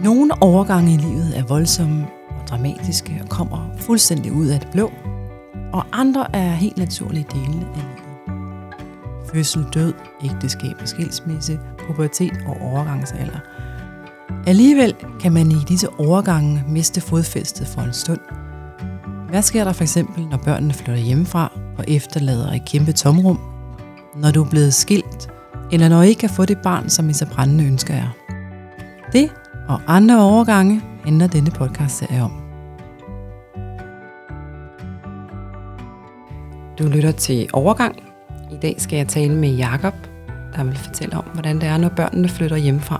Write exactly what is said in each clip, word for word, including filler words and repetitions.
Nogle overgange i livet er voldsomme og dramatiske og kommer fuldstændig ud af det blå, og andre er helt naturlige dele af livet. Fødsel, død, ægteskab og skilsmisse, pubertet og overgangsalder. Alligevel kan man i disse overgange miste fodfæstet for en stund. Hvad sker der for eksempel, når børnene flytter hjemmefra og efterlader et kæmpe tomrum? Når du er blevet skilt, eller når I ikke kan få det barn, som I så brændende ønsker jer? Det og andre overgange handler denne podcast-serie om. Du lytter til Overgang. I dag skal jeg tale med Jakob, der vil fortælle om, hvordan det er, når børnene flytter hjemmefra.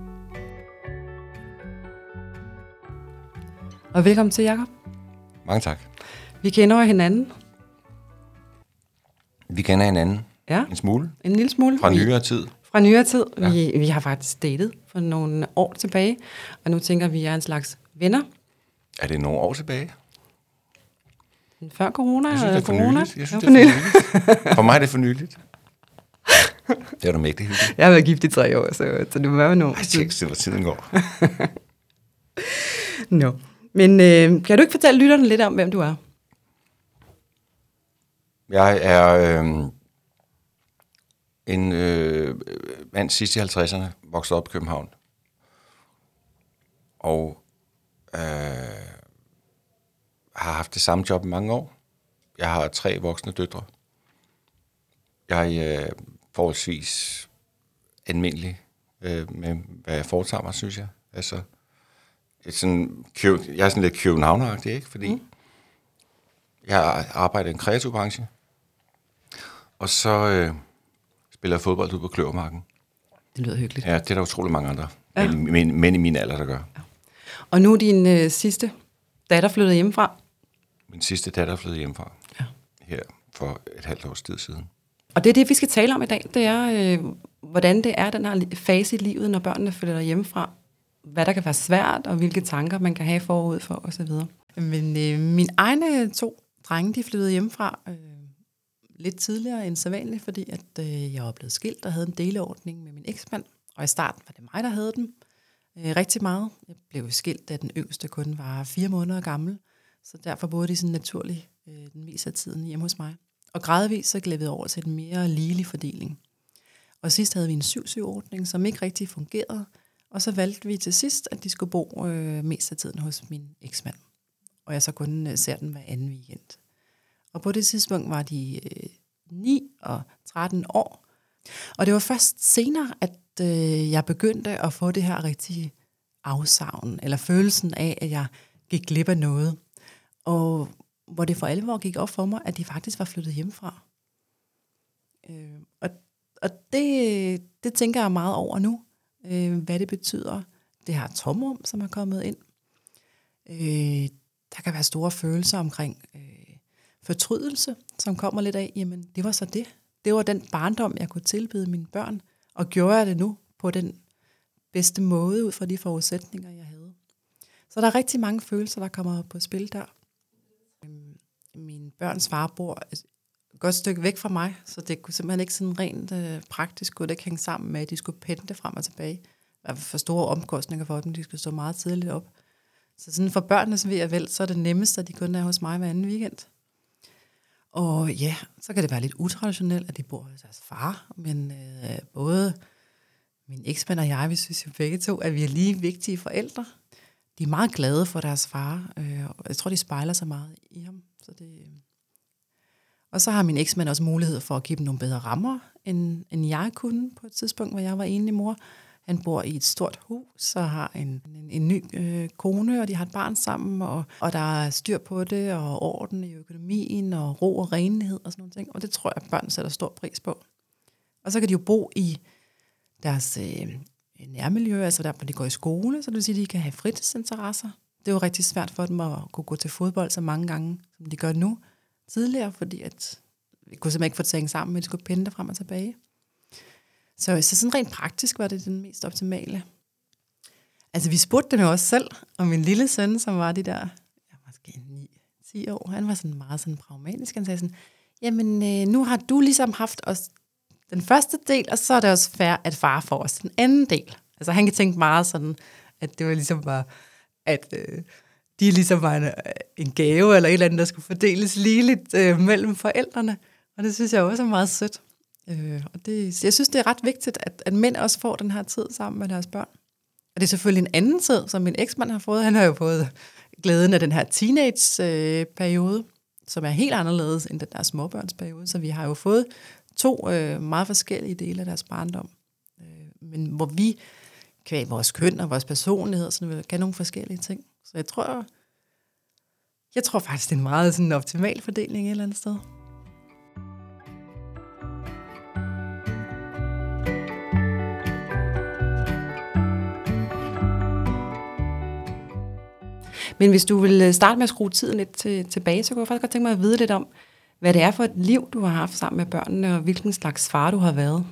Og velkommen til, Jakob. Mange tak. Vi kender hinanden. Vi kender hinanden Ja. en smule. En lille smule. Fra nyere tid. Fra nyere tid. Ja. Vi, vi har faktisk datet for nogle år tilbage, og nu tænker vi, at vi er en slags venner. Er det nogle år tilbage? Før corona? Jeg synes, det er for corona? nyligt. Jeg synes, ja, det er for nyligt. For mig er det for nyligt. Det er du mægtig hyggeligt. Jeg har været gift i tre år, så, så det må være nu. Ej, tjek, hvor tiden går. Nå. Men øh, kan du ikke fortælle lytterne lidt om, hvem du er? Jeg er øh, en øh, mand sidst i halvtredserne, vokset op i København. Og øh, har haft det samme job i mange år. Jeg har tre voksne døtre. Jeg er øh, forholdsvis almindelig øh, med, hvad jeg foretager mig, synes jeg. Altså, et sådan, jeg er sådan lidt københavneragtig, ikke? Fordi mm. jeg arbejder i en kreativ branche, og så øh, spiller jeg fodbold ude på Kløvermarken. Det lyder hyggeligt. Ja, det er der utrolig mange andre, ja. men, men, men i min alder, der gør. Ja. Og nu er din øh, sidste datter flyttet hjemmefra? Min sidste datter er flyttet hjemmefra. Ja. Her for et halvt års tid siden. Og det er det, vi skal tale om i dag. Det er, øh, hvordan det er, den her fase i livet, når børnene flytter hjemmefra. Hvad der kan være svært, og hvilke tanker man kan have forud for, osv. Men øh, mine egne to drenge, de flyttede hjemmefra øh, lidt tidligere end sædvanligt, fordi at, øh, jeg var blevet skilt og havde en deleordning med min eksmand. Og i starten var det mig, der havde den øh, rigtig meget. Jeg blev skilt, da den yngste kun var fire måneder gammel. Så derfor boede de sådan naturligt øh, den meste af tiden hjemme hos mig. Og gradvist så glædede over til en mere ligelig fordeling. Og sidst havde vi en syv syv ordning, som ikke rigtig fungerede. Og så valgte vi til sidst, at de skulle bo øh, mest af tiden hos min eksmand. Og jeg så kun øh, ser den hver anden weekend. Og på det tidspunkt var de øh, ni og tretten år. Og det var først senere, at øh, jeg begyndte at få det her rigtige afsavn, eller følelsen af, at jeg gik glip af noget. Og hvor det for alvor gik op for mig, at de faktisk var flyttet hjemmefra. Øh, og og det, det tænker jeg meget over nu. Øh, hvad det betyder. Det her tomrum, som er kommet ind. Øh, der kan være store følelser omkring øh, fortrydelse, som kommer lidt af, jamen det var så det. Det var den barndom, jeg kunne tilbyde mine børn, og gjorde jeg det nu på den bedste måde, ud fra de forudsætninger, jeg havde. Så der er rigtig mange følelser, der kommer på spil der. Min børns far bor et godt stykke væk fra mig, så det kunne simpelthen ikke sådan rent øh, praktisk kunne det ikke hænge sammen med, at de skulle pendle frem og tilbage. Der var for store omkostninger for dem, de skulle stå meget tidligt op. Så sådan for børnenes ved og vel, så er det nemmest, at de kun er hos mig hver anden weekend. Og ja, så kan det være lidt utraditionelt, at de bor hos deres far, men øh, både min eksmand og jeg, vi synes jo begge to, at vi er lige vigtige forældre. De er meget glade for deres far, øh, og jeg tror, de spejler sig meget i ham. Så det, og så har min eksmand også mulighed for at give dem nogle bedre rammer, end, end jeg kunne på et tidspunkt, hvor jeg var enlig mor. Han bor i et stort hus, og har en, en, en ny øh, kone, og de har et barn sammen, og, og der er styr på det, og orden i økonomien, og ro og renlighed og sådan nogle ting. Og det tror jeg, at børn sætter stor pris på. Og så kan de jo bo i deres øh, nærmiljø, altså der, hvor de går i skole, så det vil sige, at de kan have fritidsinteresser. Det er jo rigtig svært for dem at kunne gå til fodbold så mange gange, som de gør nu tidligere, fordi at vi kunne simpelthen ikke få det til sammen, men de skulle pendle frem og tilbage. Så, så sådan rent praktisk var det den mest optimale. Altså vi spurgte dem jo også selv, og min lille søn, som var de der, ja, måske ni ti år, han var sådan meget sådan pragmatisk. Han sagde sådan, jamen øh, nu har du ligesom haft os den første del, og så er det også fair, at far får os den anden del. Altså han kan tænke meget sådan, At det var ligesom bare, at øh, de ligesom var en, en gave, eller et eller andet, der skulle fordeles ligeligt øh, mellem forældrene. Og det synes jeg også er meget sødt. Øh, og det, jeg synes, det er ret vigtigt, at, at mænd også får den her tid sammen med deres børn. Og det er selvfølgelig en anden tid, som min eksmand har fået. Han har jo fået glæden af den her teenage-periode, øh, som er helt anderledes end den der småbørnsperiode. Så vi har jo fået to øh, meget forskellige dele af deres barndom. Øh, men hvor vi, kvæg vores køn og vores personlighed, sådan, kan nogle forskellige ting. Så jeg tror, jeg tror faktisk, det er en meget sådan, optimal fordeling et eller andet sted. Men hvis du vil starte med at skrue tiden lidt til, tilbage, så kunne jeg faktisk godt tænke mig at vide lidt om, hvad det er for et liv, du har haft sammen med børnene, og hvilken slags far du har været.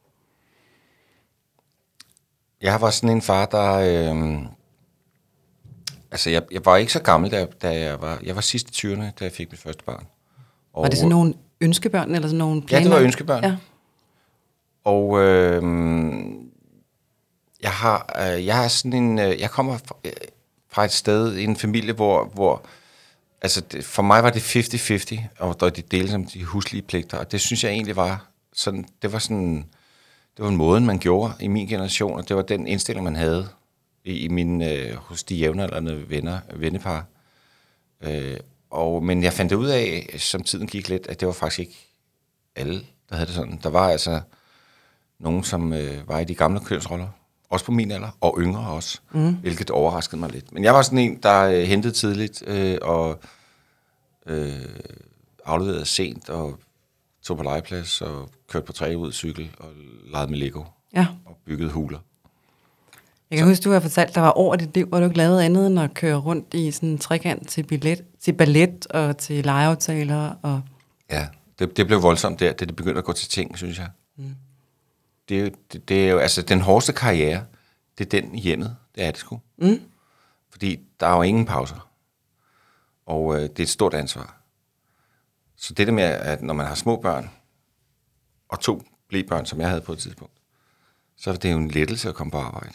Jeg var sådan en far, der... Øh, altså, jeg, jeg var ikke så gammel, da, da jeg var... Jeg var sidst i tyverne, da jeg fik mit første barn. Og, var det sådan nogle ønskebørn, eller sådan nogle planer? Ja, det var ønskebørn. Ja. Og øh, jeg har... Øh, jeg har sådan en... Øh, jeg kommer fra, øh, fra et sted i en familie, hvor... hvor altså, det, for mig var det halvtreds halvtreds, og der de delte som de huslige pligter, og det synes jeg egentlig var sådan... Det var sådan... Det var en måde, man gjorde i min generation, og det var den indstilling, man havde i, i min, øh, hos de jævnaldrende venner, vennepar. Øh, og, men jeg fandt det ud af, som tiden gik lidt, at det var faktisk ikke alle, der havde det sådan. Der var altså nogen, som øh, var i de gamle kønsroller, også på min alder, og yngre også, mm. hvilket overraskede mig lidt. Men jeg var sådan en, der øh, hentede tidligt øh, og øh, afleverede sent, og tog på legeplads og kørte på træudcykel og legede med Lego ja. og byggede huler. Jeg kan så. huske, du har fortalt, der var over dit liv, hvor du ikke lavede andet end at køre rundt i sådan en trekant til, billet, til ballet og til legeaftaler. Og ja, det, det blev voldsomt der, det, det begyndte at gå til ting, synes jeg. Mm. Det, er jo, det, det er jo, altså den hårdeste karriere, det er den i hjemmet, det er det sgu. Mm. Fordi der er jo ingen pauser, og øh, det er et stort ansvar. Så det der med, at når man har små børn, og to blæbørn, som jeg havde på et tidspunkt, så er det jo en lettelse at komme på arbejde.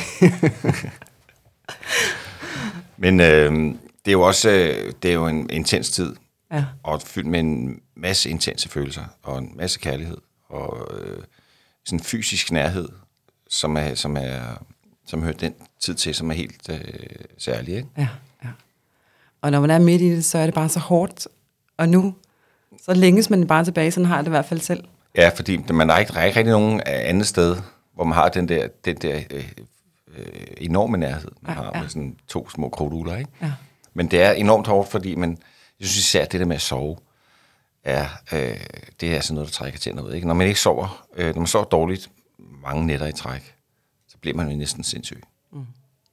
Men øh, det er jo også øh, det er jo en intens tid, ja. Og fyldt med en masse intense følelser, og en masse kærlighed, og øh, sådan en fysisk nærhed, som er, som er, som hører den tid til, som er helt øh, særlig, ikke? Ja, ja. Og når man er midt i det, så er det bare så hårdt, og nu så længes man bare tilbage, sådan har jeg det i hvert fald selv. Ja, fordi man er ikke, der er ikke rigtig nogen andet sted, hvor man har den der, den der øh, øh, enorme nærhed, man ja, har ja. Med sådan to små krogduler, ikke? Ja. Men det er enormt hårdt, fordi man, jeg synes især, det der med at sove, er, øh, det er sådan noget, der trækker tænder ud, ikke? Når man ikke sover, øh, når man sover dårligt mange nætter i træk, så bliver man jo næsten sindssyg. Mm.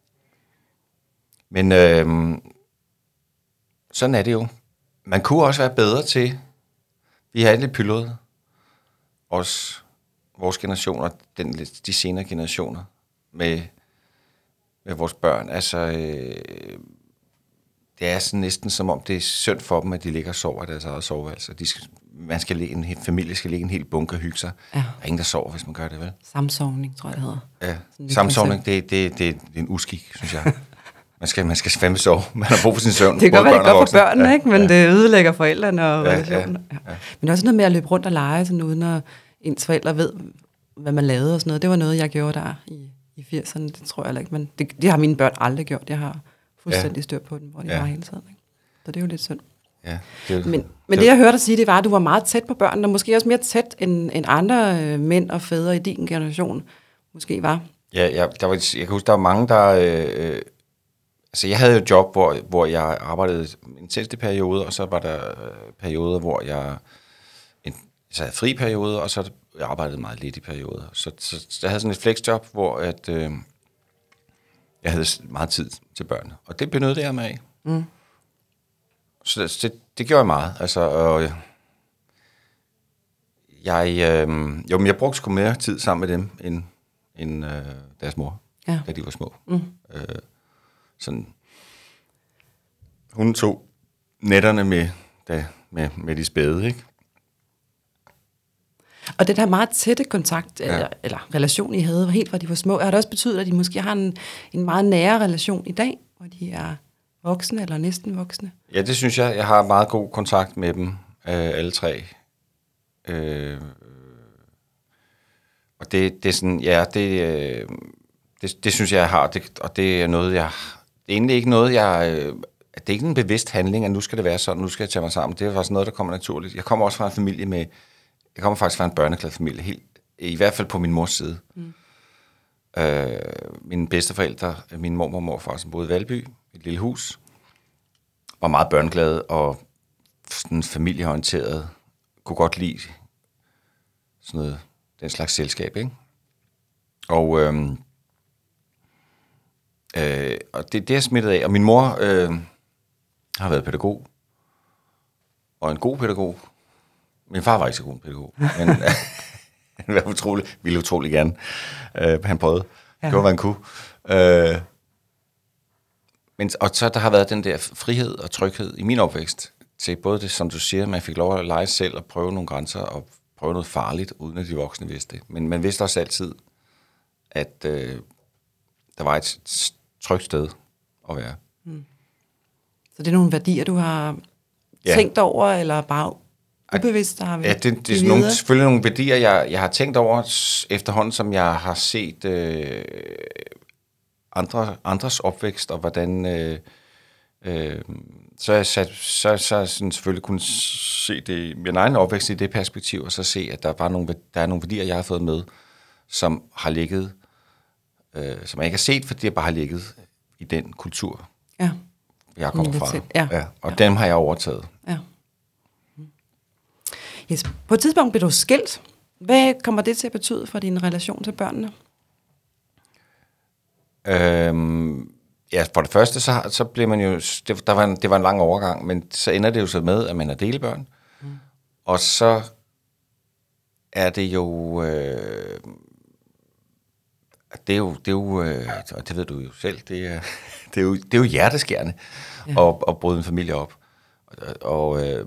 Men øh, sådan er det jo. Man kunne også være bedre til, vi har alle pyldet, også vores generationer, den, de senere generationer, med, med vores børn. Altså, øh, det er sådan næsten som om, det er synd for dem, at de ligger og sover i deres eget soveværelse. De skal, man skal ligge, en hel familie skal ligge en hel bunke og hygge sig. Ja. Der er ingen, der sover, hvis man gør det, vel? Samsovning, tror jeg, det hedder. Ja, samsovning, det, det, det er en uskik, synes jeg. Man skal, man skal fandme sove. Man har brug for sin søvn. Det kan godt være, det er godt for børnene, ja, ikke? Men ja. Det ødelægger forældrene og ja, relationer. Ja, ja. Men også noget med at løbe rundt og lege, sådan, uden at ens forældre ved, hvad man lavede og sådan noget. Det var noget, jeg gjorde der i, i firserne. Det tror jeg ikke. Men det, det har mine børn aldrig gjort. Jeg har fuldstændig styr på dem, hvor de ja. Var hele tiden. Ikke? Så det er jo lidt synd. Ja, det, men, men det, jeg hørte dig sige, det var, at du var meget tæt på børnene, og måske også mere tæt end, end andre øh, mænd og fædre i din generation måske var. Ja, ja der var, jeg kan huske, der var mange, der... Øh, altså, jeg havde jo et job, hvor, hvor jeg arbejdede intense perioder, og så var der øh, perioder, hvor jeg... En, så havde fri perioder, og så jeg arbejdede meget lidt i perioder. Så, så, så jeg havde sådan et flexjob, hvor at, øh, jeg havde meget tid til børnene. Og det benyttede jeg mig af. Mm. Så det, det, det gjorde jeg meget. Altså, og jeg, øh, jo, men jeg brugte sgu mere tid sammen med dem, end, end øh, deres mor, ja. Da de var små. Mm. Øh, sådan, hun tog nætterne med, da, med, med de spæde, ikke? Og den her meget tætte kontakt, Ja. eller, eller relation, I havde helt fra de var små, har det også betydet, at de måske har en, en meget nære relation i dag, hvor de er voksne eller næsten voksne? Ja, det synes jeg. Jeg har meget god kontakt med dem, øh, alle tre. Øh, og det, det er sådan, ja, det, øh, det, det synes jeg, jeg har, det, og det er noget, jeg, det er egentlig ikke noget, jeg, øh, det er ikke en bevidst handling, at nu skal det være sådan, nu skal jeg tage mig sammen. Det er faktisk noget, der kommer naturligt. Jeg kommer også fra en familie med, jeg kommer faktisk fra en børneglad familie, helt, i hvert fald på min mors side. Mm. Øh, mine bedsteforældre, min mormor og morfar, som boede i Valby, et lille hus, var meget børneglade og sådan familieorienteret, kunne godt lide sådan noget, den slags selskab, ikke? Og, øhm, øh, og det, det er smittet af. Og min mor øh, har været pædagog, og en god pædagog. Min far var ikke så god en pædagog, men han var utrolig, ville utrolig gerne. Øh, han prøvede. Ja. Det var, hvad han kunne. Øh, men, og så der har været den der frihed og tryghed i min opvækst, til både det, som du siger, man fik lov at lege selv og prøve nogle grænser, og prøve noget farligt, uden at de voksne vidste det. Men man vidste også altid, at øh, der var et trygt sted at være. Mm. Så det er nogle værdier, du har ja. tænkt over, eller bare ubevidst, der har ja, det, det er nogle, selvfølgelig nogle værdier, jeg, jeg har tænkt over efterhånden, som jeg har set øh, andre, andres opvækst, og hvordan... Øh, øh, så jeg sat, så, så jeg sådan selvfølgelig kunne se det i min egen opvækst i det perspektiv, og så se, at der, var nogle, der er nogle værdier, jeg har fået med, som har ligget, øh, som jeg ikke har set, fordi jeg bare har ligget i den kultur, ja. jeg kommer fra. Ja. Ja, og ja. dem har jeg overtaget. Ja. Yes. På et tidspunkt blev du skilt. Hvad kommer det til at betyde for din relation til børnene? Øhm, ja, for det første, så, så blev man jo... Det, der var en, det var en lang overgang, men så ender det jo så med, at man er delebørn. Mm. Og så er det jo... Øh, det er jo... Det er jo øh, og det ved du jo selv, det er, det er, jo, det er jo hjerteskærende ja. at, at bryde en familie op. Og... og øh,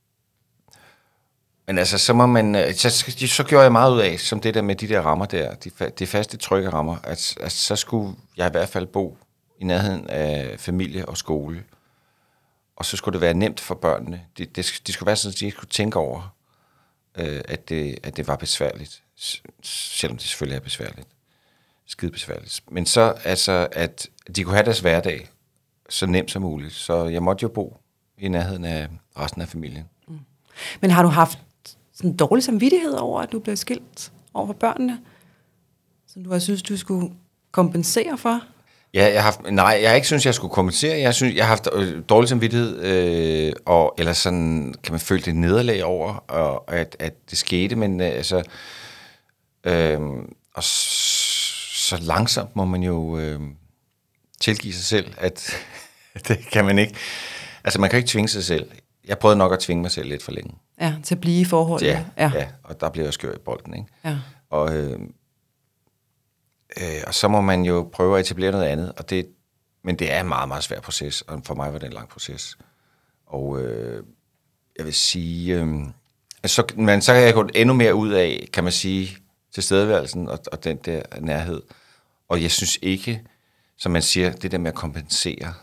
men altså, så må man, så, så gjorde jeg meget ud af, som det der med de der rammer der, de, de faste trygge rammer, at, at så skulle jeg i hvert fald bo i nærheden af familie og skole. Og så skulle det være nemt for børnene. De, de, de skulle være sådan, at de ikke skulle tænke over, øh, at, det, at det var besværligt. Selvom det selvfølgelig er besværligt. Skide besværligt. Men så altså, at de kunne have deres hverdag så nemt som muligt. Så jeg måtte jo bo i nærheden af resten af familien. Mm. Men har du haft sådan en dårlig samvittighed over, at du blev skilt over for børnene, som du har synes, du skulle kompensere for? Ja, jeg har haft, nej, jeg har ikke synes, jeg skulle kompensere. Jeg synes, jeg har haft øh, dårlig samvittighed, øh, og, eller sådan, kan man føle det nederlag over, og, at, at det skete, men øh, altså, øh, og så langsomt må man jo øh, tilgive sig selv, at det kan man ikke. Altså, man kan ikke tvinge sig selv. Jeg prøvede nok at tvinge mig selv lidt for længe. Ja, til at blive i forholdet. Ja, ja. ja, og der bliver jeg skør i bolden, ikke? Ja. Og, øh, øh, og så må man jo prøve at etablere noget andet, og det, men det er en meget, meget svær proces, og for mig var det en lang proces. Og øh, jeg vil sige, øh, så, men så kan jeg gå endnu mere ud af, kan man sige, tilstedeværelsen og, og den der nærhed. Og jeg synes ikke, som man siger, det der med at kompensere,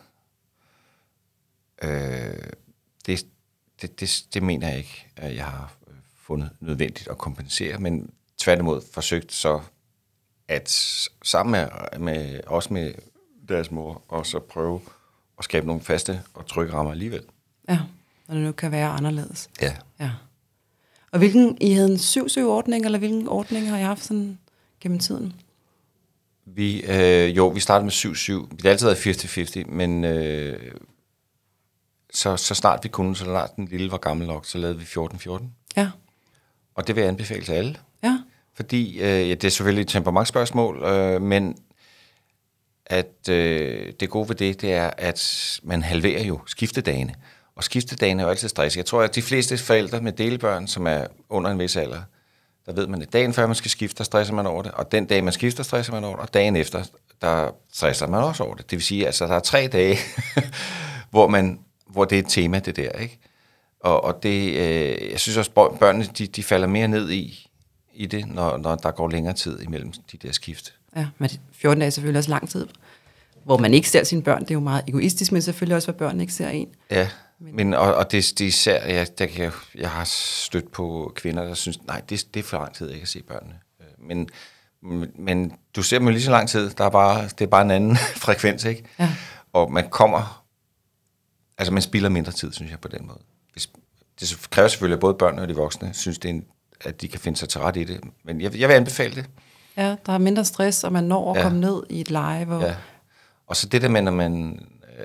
øh, det, det, det, det mener jeg ikke, at jeg har fundet nødvendigt at kompensere, men tværtimod forsøgt så at sammen med, med også med deres mor, og så prøve at skabe nogle faste og trygge rammer alligevel. Ja, og det nu kan være anderledes. Ja. Ja. Og hvilken, I havde en syv-syv-ordning, eller hvilken ordning har I haft sådan gennem tiden? Vi, øh, jo, vi startede med syv syv. Vi har altid været halvtreds halvtreds, men øh, så, så snart vi kunne, så snart den lille var gammel nok, så lavede vi fjorten fjorten. Ja. Og det vil jeg anbefale til alle. Ja. Fordi, øh, ja, det er selvfølgelig et temperamentsspørgsmål, øh, men at øh, det gode ved det, det er, at man halverer jo skiftedagene. Og skiftedagene er jo altid stress. Jeg tror, at de fleste forældre med delebørn, som er under en vis alder, der ved man, at dagen før man skal skifte, der stresser man over det, og den dag man skifter, stresser man over det, og dagen efter, der stresser man også over det. Det vil sige, at altså, der er tre dage, hvor, man, hvor det er et tema, det der, ikke? Og, og det, øh, jeg synes også, børnene, de, de falder mere ned i, i det, når, når der går længere tid imellem de der skift. Ja, men fjorten dage er selvfølgelig også lang tid, hvor man ikke ser sine børn. Det er jo meget egoistisk, men selvfølgelig også, hvor børn ikke ser en. Ja, men, og, og det, det er især, jeg, der kan, jeg, jeg har stødt på kvinder, der synes, nej, det, det er for lang tid, jeg kan se børnene. Men, men du ser dem jo lige så lang tid, der er bare, det er bare en anden frekvens, ikke? Ja. Og man kommer, altså man spilder mindre tid, synes jeg, på den måde. Hvis, det kræver selvfølgelig, at både børnene og de voksne synes, det er en, at de kan finde sig til ret i det. Men jeg, jeg vil anbefale det. Ja, der er mindre stress, og man når at ja. komme ned i et leje, hvor... Ja. Og så det der med, når man, øh,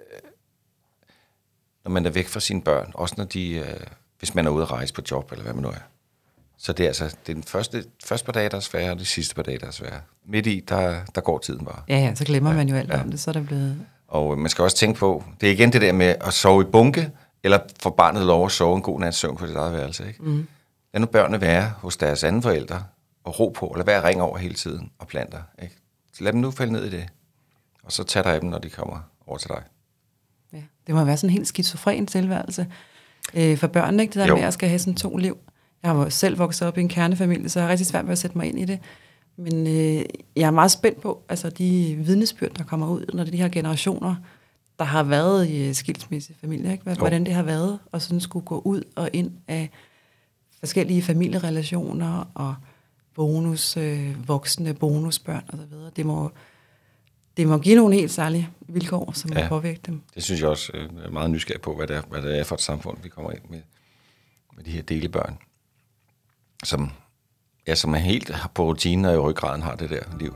når man er væk fra sine børn, også når de, øh, hvis man er ude at rejse på job, eller hvad man nu er. Så det er altså, det er den første, første par dage, der er svære, og de sidste par dage, der er svære. Midt i, der, der går tiden bare. Ja, ja, så glemmer ja, man jo alt ja. om det, så er det blevet... Og man skal også tænke på, det er igen det der med at sove i bunke, eller få barnet lov at sove en god nats søvn på sit eget værelse, ikke? Mm. Lad nu børnene være hos deres anden forældre, og ro på, og lad være at ringe over hele tiden, og planter, ikke? Så lad dem nu falde ned i det. Og så tag dig af dem, når de kommer over til dig. Ja, det må være sådan en helt skizofren tilværelse øh, for børnene, ikke? Det der jo. Med at skal have sådan to liv. Jeg har selv vokset op i en kernefamilie, så jeg er rigtig svært ved at sætte mig ind i det. Men øh, jeg er meget spændt på, altså de vidnesbyrd, der kommer ud, når det er de her generationer, der har været i skilsmisse familie, ikke? Hvordan det har været, og sådan skulle gå ud og ind af forskellige familierelationer og bonus, øh, voksne bonusbørn og så videre. Det må Det må give nogle helt særlige vilkår, som ja, må påvirke dem. Det synes jeg også øh, er meget nysgerrig på, hvad det, er, hvad det er for et samfund, vi kommer ind med, med de her delebørn, som, ja, som er helt på rutinen og i ryggraden har det der liv.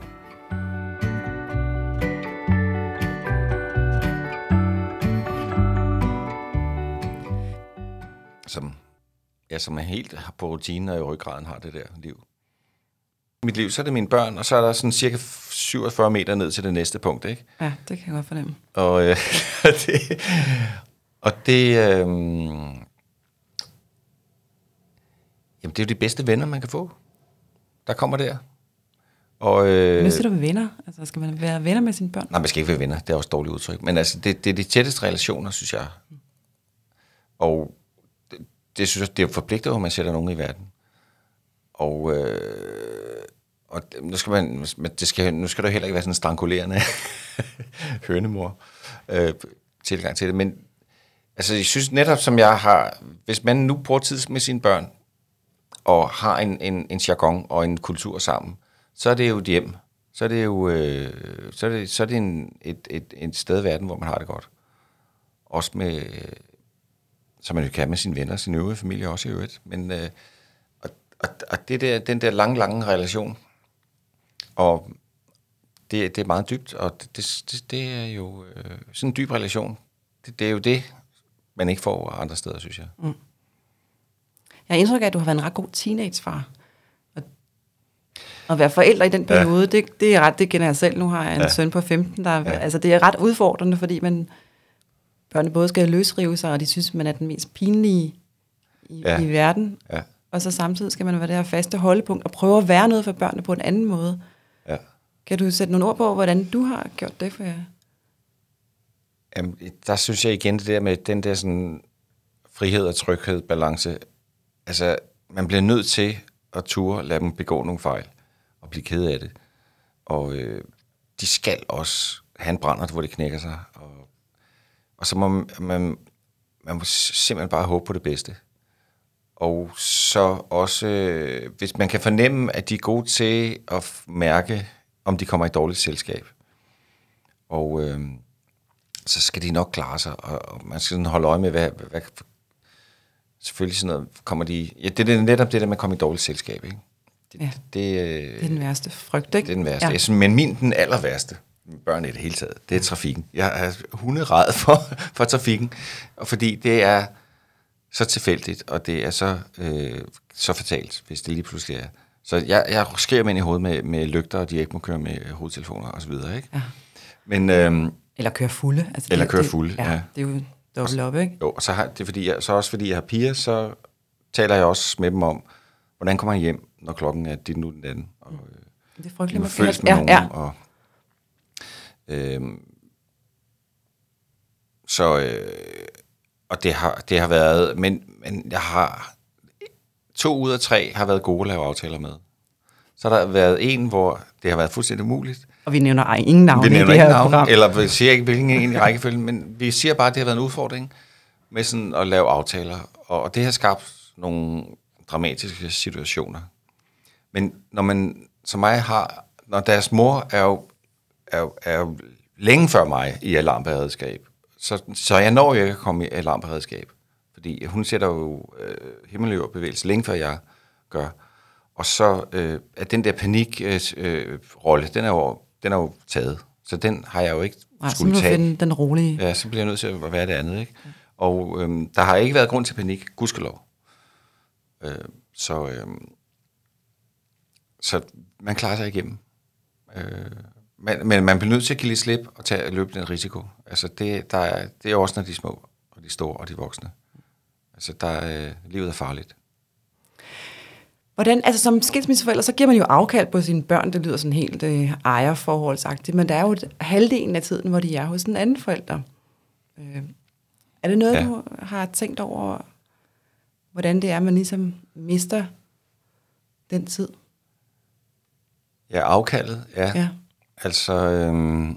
Som, ja, som er helt på rutinen og i ryggraden har det der liv. I mit liv, så er det mine børn, og så er der sådan cirka syvogfyrre meter ned til det næste punkt, ikke? Ja, det kan jeg godt fornemme. Og øh, det, og det, øh, jamen det er jo de bedste venner, man kan få, der kommer der. Og, øh, Hvad siger du med venner? Altså, skal man være venner med sine børn? Nej, man skal ikke være venner, det er også et dårligt udtryk. Men altså, det, det er de tætteste relationer, synes jeg. Og det, det synes jeg, det er forpligtet, at man sætter nogen i verden. Og, øh, og nu skal man, det skal, nu skal der heller ikke være sådan en strangulerende hønemor øh, tilgang til det. Men altså, jeg synes netop, som jeg har, hvis man nu bruger tid med sine børn, og har en, en, en jargon og en kultur sammen, så er det jo et hjem. Så er det jo øh, så er det, så er det en, et, et, et sted i verden, hvor man har det godt. Også med, som man jo kan med sine venner, sin øvrige familie også i øvrigt. Men øh, og, og, og det der, den der lange, lange relation, og det, det er meget dybt, og det, det, det er jo øh, sådan en dyb relation. Det, det er jo det, man ikke får andre steder, synes jeg. Mm. Jeg har indtryk af, at du har været en ret god teenagefar. Og at være forældre i den periode, ja. det, det er ret, det kender jeg selv. Nu har jeg en ja. søn på femten, der, ja. altså det er ret udfordrende, fordi man børnene både skal løsrive sig, og de synes, man er den mest pinlige i, ja. i verden. Ja. Og så samtidig skal man være det her faste holdepunkt og prøve at være noget for børnene på en anden måde. Ja. Kan du sætte nogle ord på, hvordan du har gjort det for jer? Jamen, der synes jeg igen det der med den der sådan frihed og tryghed, balance. Altså, man bliver nødt til at ture, lade dem begå nogle fejl og blive ked af det. Og øh, de skal også have en brændert, hvor det knækker sig. Og, og så må man, man, man må simpelthen bare håbe på det bedste. Og så også, øh, hvis man kan fornemme, at de er gode til at mærke, om de kommer i dårligt selskab. Og øh, så skal de nok klare sig, og, og man skal sådan holde øje med, hvad, hvad selvfølgelig sådan noget, kommer de... Ja, det er netop det der med at komme i dårligt selskab, ikke? Det, ja, det, øh, det er den værste frygt, ikke? Det er den værste. Ja. Jeg synes, men min, den aller værste, børn i det hele taget, det er trafikken. Jeg er hunderad for, for trafikken, og fordi det er så tilfældigt, og det er så, øh, så fatalt, hvis det lige pludselig er. Så jeg, jeg skærer mig ind i hovedet med, med lygter, og de ikke må køre med hovedtelefoner og så videre, ikke? Ja. Men, øh, eller køre fulde. Altså, eller det, køre det, fulde, ja. ja. Det er jo dobbelt op, ikke? Jo, og så, har, det er fordi jeg, så også fordi jeg har piger, så taler jeg også med dem om, hvordan kommer jeg hjem, når klokken er dit nu den anden. Og, det er frygteligt. Man føles med ja, nogen. Ja. Og, øh, så, øh, og det har, det har været, men, men jeg har to ud af tre har været gode at lave aftaler med. Så har der været en, hvor det har været fuldstændig umuligt. Og vi nævner ej, ingen navne vi i det her navne, program. Eller vi siger ikke, hvilken en i rækkefølgen, men vi siger bare, at det har været en udfordring med sådan at lave aftaler. Og det har skabt nogle dramatiske situationer. Men når man, som mig har, når deres mor er jo, er jo, er jo længe før mig i alarmberedskab, så, så jeg når jo ikke at komme i alarmberedskab. Fordi hun sætter jo øh, himmeløverbevægelse længe før jeg gør. Og så øh, er den der panikrolle, øh, den, er jo, den er jo taget. Så den har jeg jo ikke Nej, skulle tage. Finde den rolige. Ja, så bliver jeg nødt til at være det andet, ikke? Ja. Og øh, der har ikke været grund til panik, gudskelov. Øh, så, øh, så man klarer sig igennem. Øh, men, men man bliver nødt til at give lidt slip og tage, løbe den risiko. Altså det, der er, det er også, når de er små, og de store, og de voksne. Altså der er, øh, livet er farligt. Hvordan, altså som skilsmisseforælder, så giver man jo afkald på sine børn, det lyder sådan helt øh, ejerforholdsagtigt, men der er jo et, halvdelen af tiden, hvor de er hos en anden forælder. Øh, er det noget, ja. du har tænkt over, hvordan det er, man ligesom mister den tid? Ja, afkaldet, ja. ja. Altså, øhm,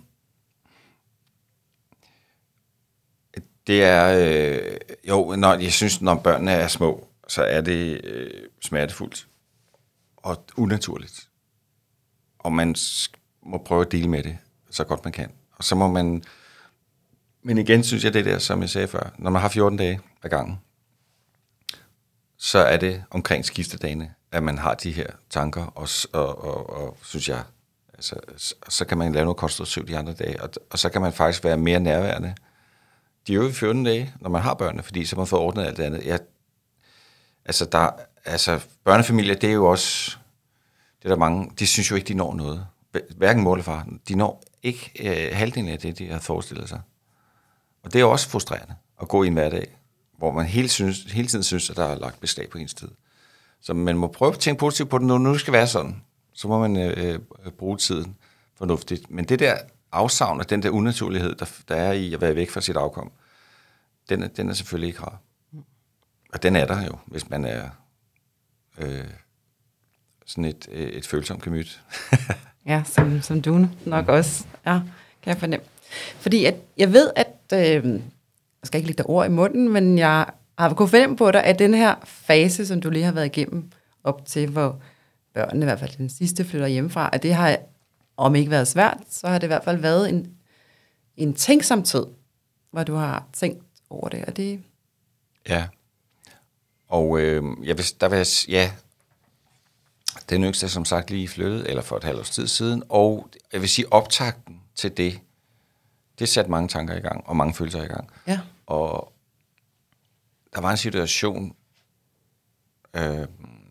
det er, øh, jo, når, jeg synes, når børnene er små, så er det øh, smertefuldt og unaturligt. Og man må prøve at dele med det, så godt man kan. Og så må man, men igen synes jeg det der, som jeg sagde før, når man har fjorten dage ad gangen, så er det omkring skiftedagene, at man har de her tanker, og, og, og, og synes jeg, altså, så kan man lave noget konstruktivt de andre dage, og, og så kan man faktisk være mere nærværende de øvrige fjorten dage, når man har børnene, fordi så man får ordnet alt det andet. Jeg, altså, der, altså, børnefamilier, det er jo også, det er der mange, de synes jo ikke, de når noget. Hverken mor eller far, de når ikke øh, halvdelen af det, de har forestillet sig. Og det er også frustrerende at gå i en hverdag, hvor man hele, synes, hele tiden synes, at der er lagt beslag på ens tid. Så man må prøve at tænke positivt på det, når nu skal være sådan. Så må man øh, bruge tiden fornuftigt. Men det der afsavn af den der unaturlighed, der, der er i at være væk fra sit afkom, den er, den er selvfølgelig ikke rar. Og den er der jo, hvis man er øh, sådan et, et følsomt gemyt. Ja, som, som du nok også ja, kan jeg fornemme. Fordi at, jeg ved, at, øh, jeg skal ikke lægge dig ord i munden, men jeg har kunnet fornemme på dig, at den her fase, som du lige har været igennem, op til hvor børnene, i hvert fald den sidste, flytter hjemmefra, at det har, om ikke været svært, så har det i hvert fald været en, en tænksom tid, hvor du har tænkt over det, og det... Ja, og øh, jeg vil, der vil jeg, ja, den yngste er som sagt lige flyttet, eller for et halvt års tid siden, og jeg vil sige, optakten til det, det satte mange tanker i gang, og mange følelser i gang. Ja. Og der var en situation, øh,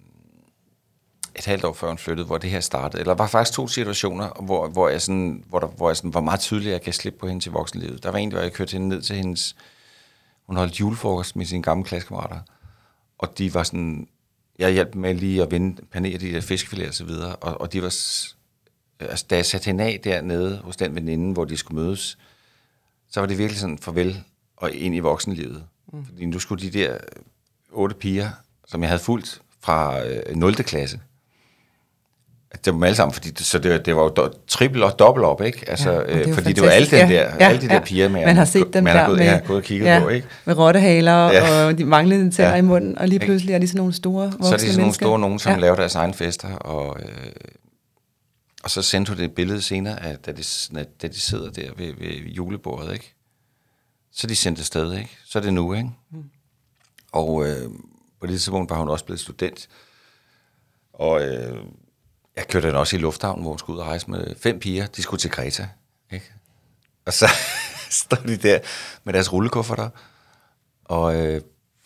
et halvt år før hun flyttede, hvor det her startede. Eller der var faktisk to situationer, hvor, hvor jeg, sådan, hvor der, hvor jeg sådan var meget tydelig, at jeg kan slippe på hende til voksenlivet. Der var en, hvor jeg kørte hende ned til hendes... Hun holdt julefrokost med sine gamle klassekammerater, og de var sådan... Jeg hjalp med lige at vinde, panere de der fiskefiléer og så videre, og, og de var... Altså, da jeg satte hende af dernede hos den veninde, hvor de skulle mødes, så var det virkelig sådan farvel og ind i voksenlivet. Mm. Fordi nu skulle de der otte piger, som jeg havde fulgt fra øh, nul klasse, det var dem alle sammen, fordi det, så det, det var jo do, trippel og dobbelt op, ikke? Altså, ja, det øh, fordi fantastisk. Det var alle, den der, ja, alle de der ja. piger, man, man har set dem man der har gået, med, ja, gået og kigget ja, på, ikke? Med rottehaler ja. og de manglende tænder ja. i munden, og lige pludselig ikke? Er de sådan nogle store voksne Så er de sådan nogle store nogen, som ja. laver deres egne fester, og, øh, og så sendte hun det et billede senere, at da de, da de sidder der ved, ved julebordet, ikke? Så de sendte afsted, ikke? Så er det nu, ikke? Mm. Og øh, på det tidspunkt var hun også blevet student, og... Øh, jeg kørte den også i lufthavnen, hvor hun skulle ud og rejse med fem piger. De skulle til Kreta, ikke? Og så står de der med deres rullekufferter. Og, øh,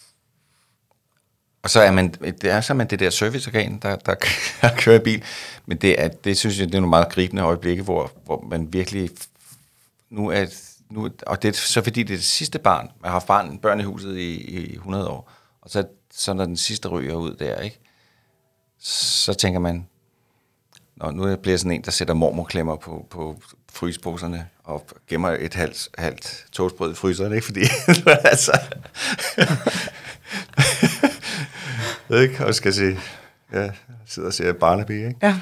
og så er man det, er så man det der serviceorgan, der, der kører bil. Men det, er, det synes jeg, det er nogle meget gribende øjeblikke, hvor, hvor man virkelig... Nu er, nu, og det er så fordi, det er det sidste barn. Man har barn, børn i huset i, i hundrede år. Og så, så når den sidste ryger ud der, ikke? Så tænker man... Nå, nu bliver jeg sådan en, der sætter mormorklemmer på, på frysposerne og gemmer et halvt, halvt toastbrød i fryseren, ikke? Fordi, altså... Ikke? Og skal se, ja, sidder og ser Barnaby, ikke? Ja.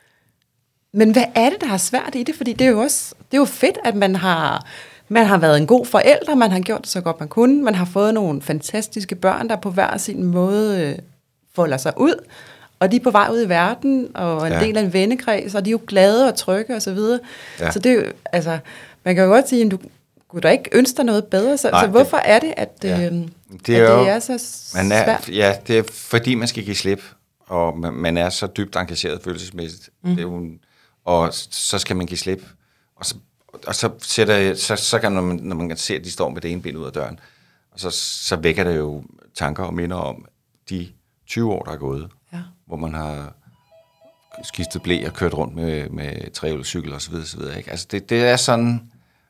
Men hvad er det, der er svært i det? Fordi det er jo også, det er jo fedt, at man har, man har været en god forælder, man har gjort det så godt man kunne, man har fået nogle fantastiske børn, der på hver sin måde øh, folder sig ud, og de er på vej ud i verden, og en ja. del af en vennekreds, og de er jo glade og trygge og så videre. Ja. Så det er jo, altså, man kan jo godt sige, at du kunne da ikke ønske dig noget bedre, så, Nej, så hvorfor det, er det, at, ja. øh, det, er at jo, det er så man er, svært? Ja, det er fordi, man skal give slip, og man, man er så dybt engageret følelsesmæssigt. Mm. Det er jo, og så skal man give slip, og så, og så, sætter, så, så kan når man, når man ser, at de står med det ene ben ud af døren, og så, så vækker det jo tanker og minder om de tyve år, der er gået, ja. hvor man har skiftet ble og kørt rundt med, med trehjulscykel og så videre, så videre, ikke? Altså det, det er sådan,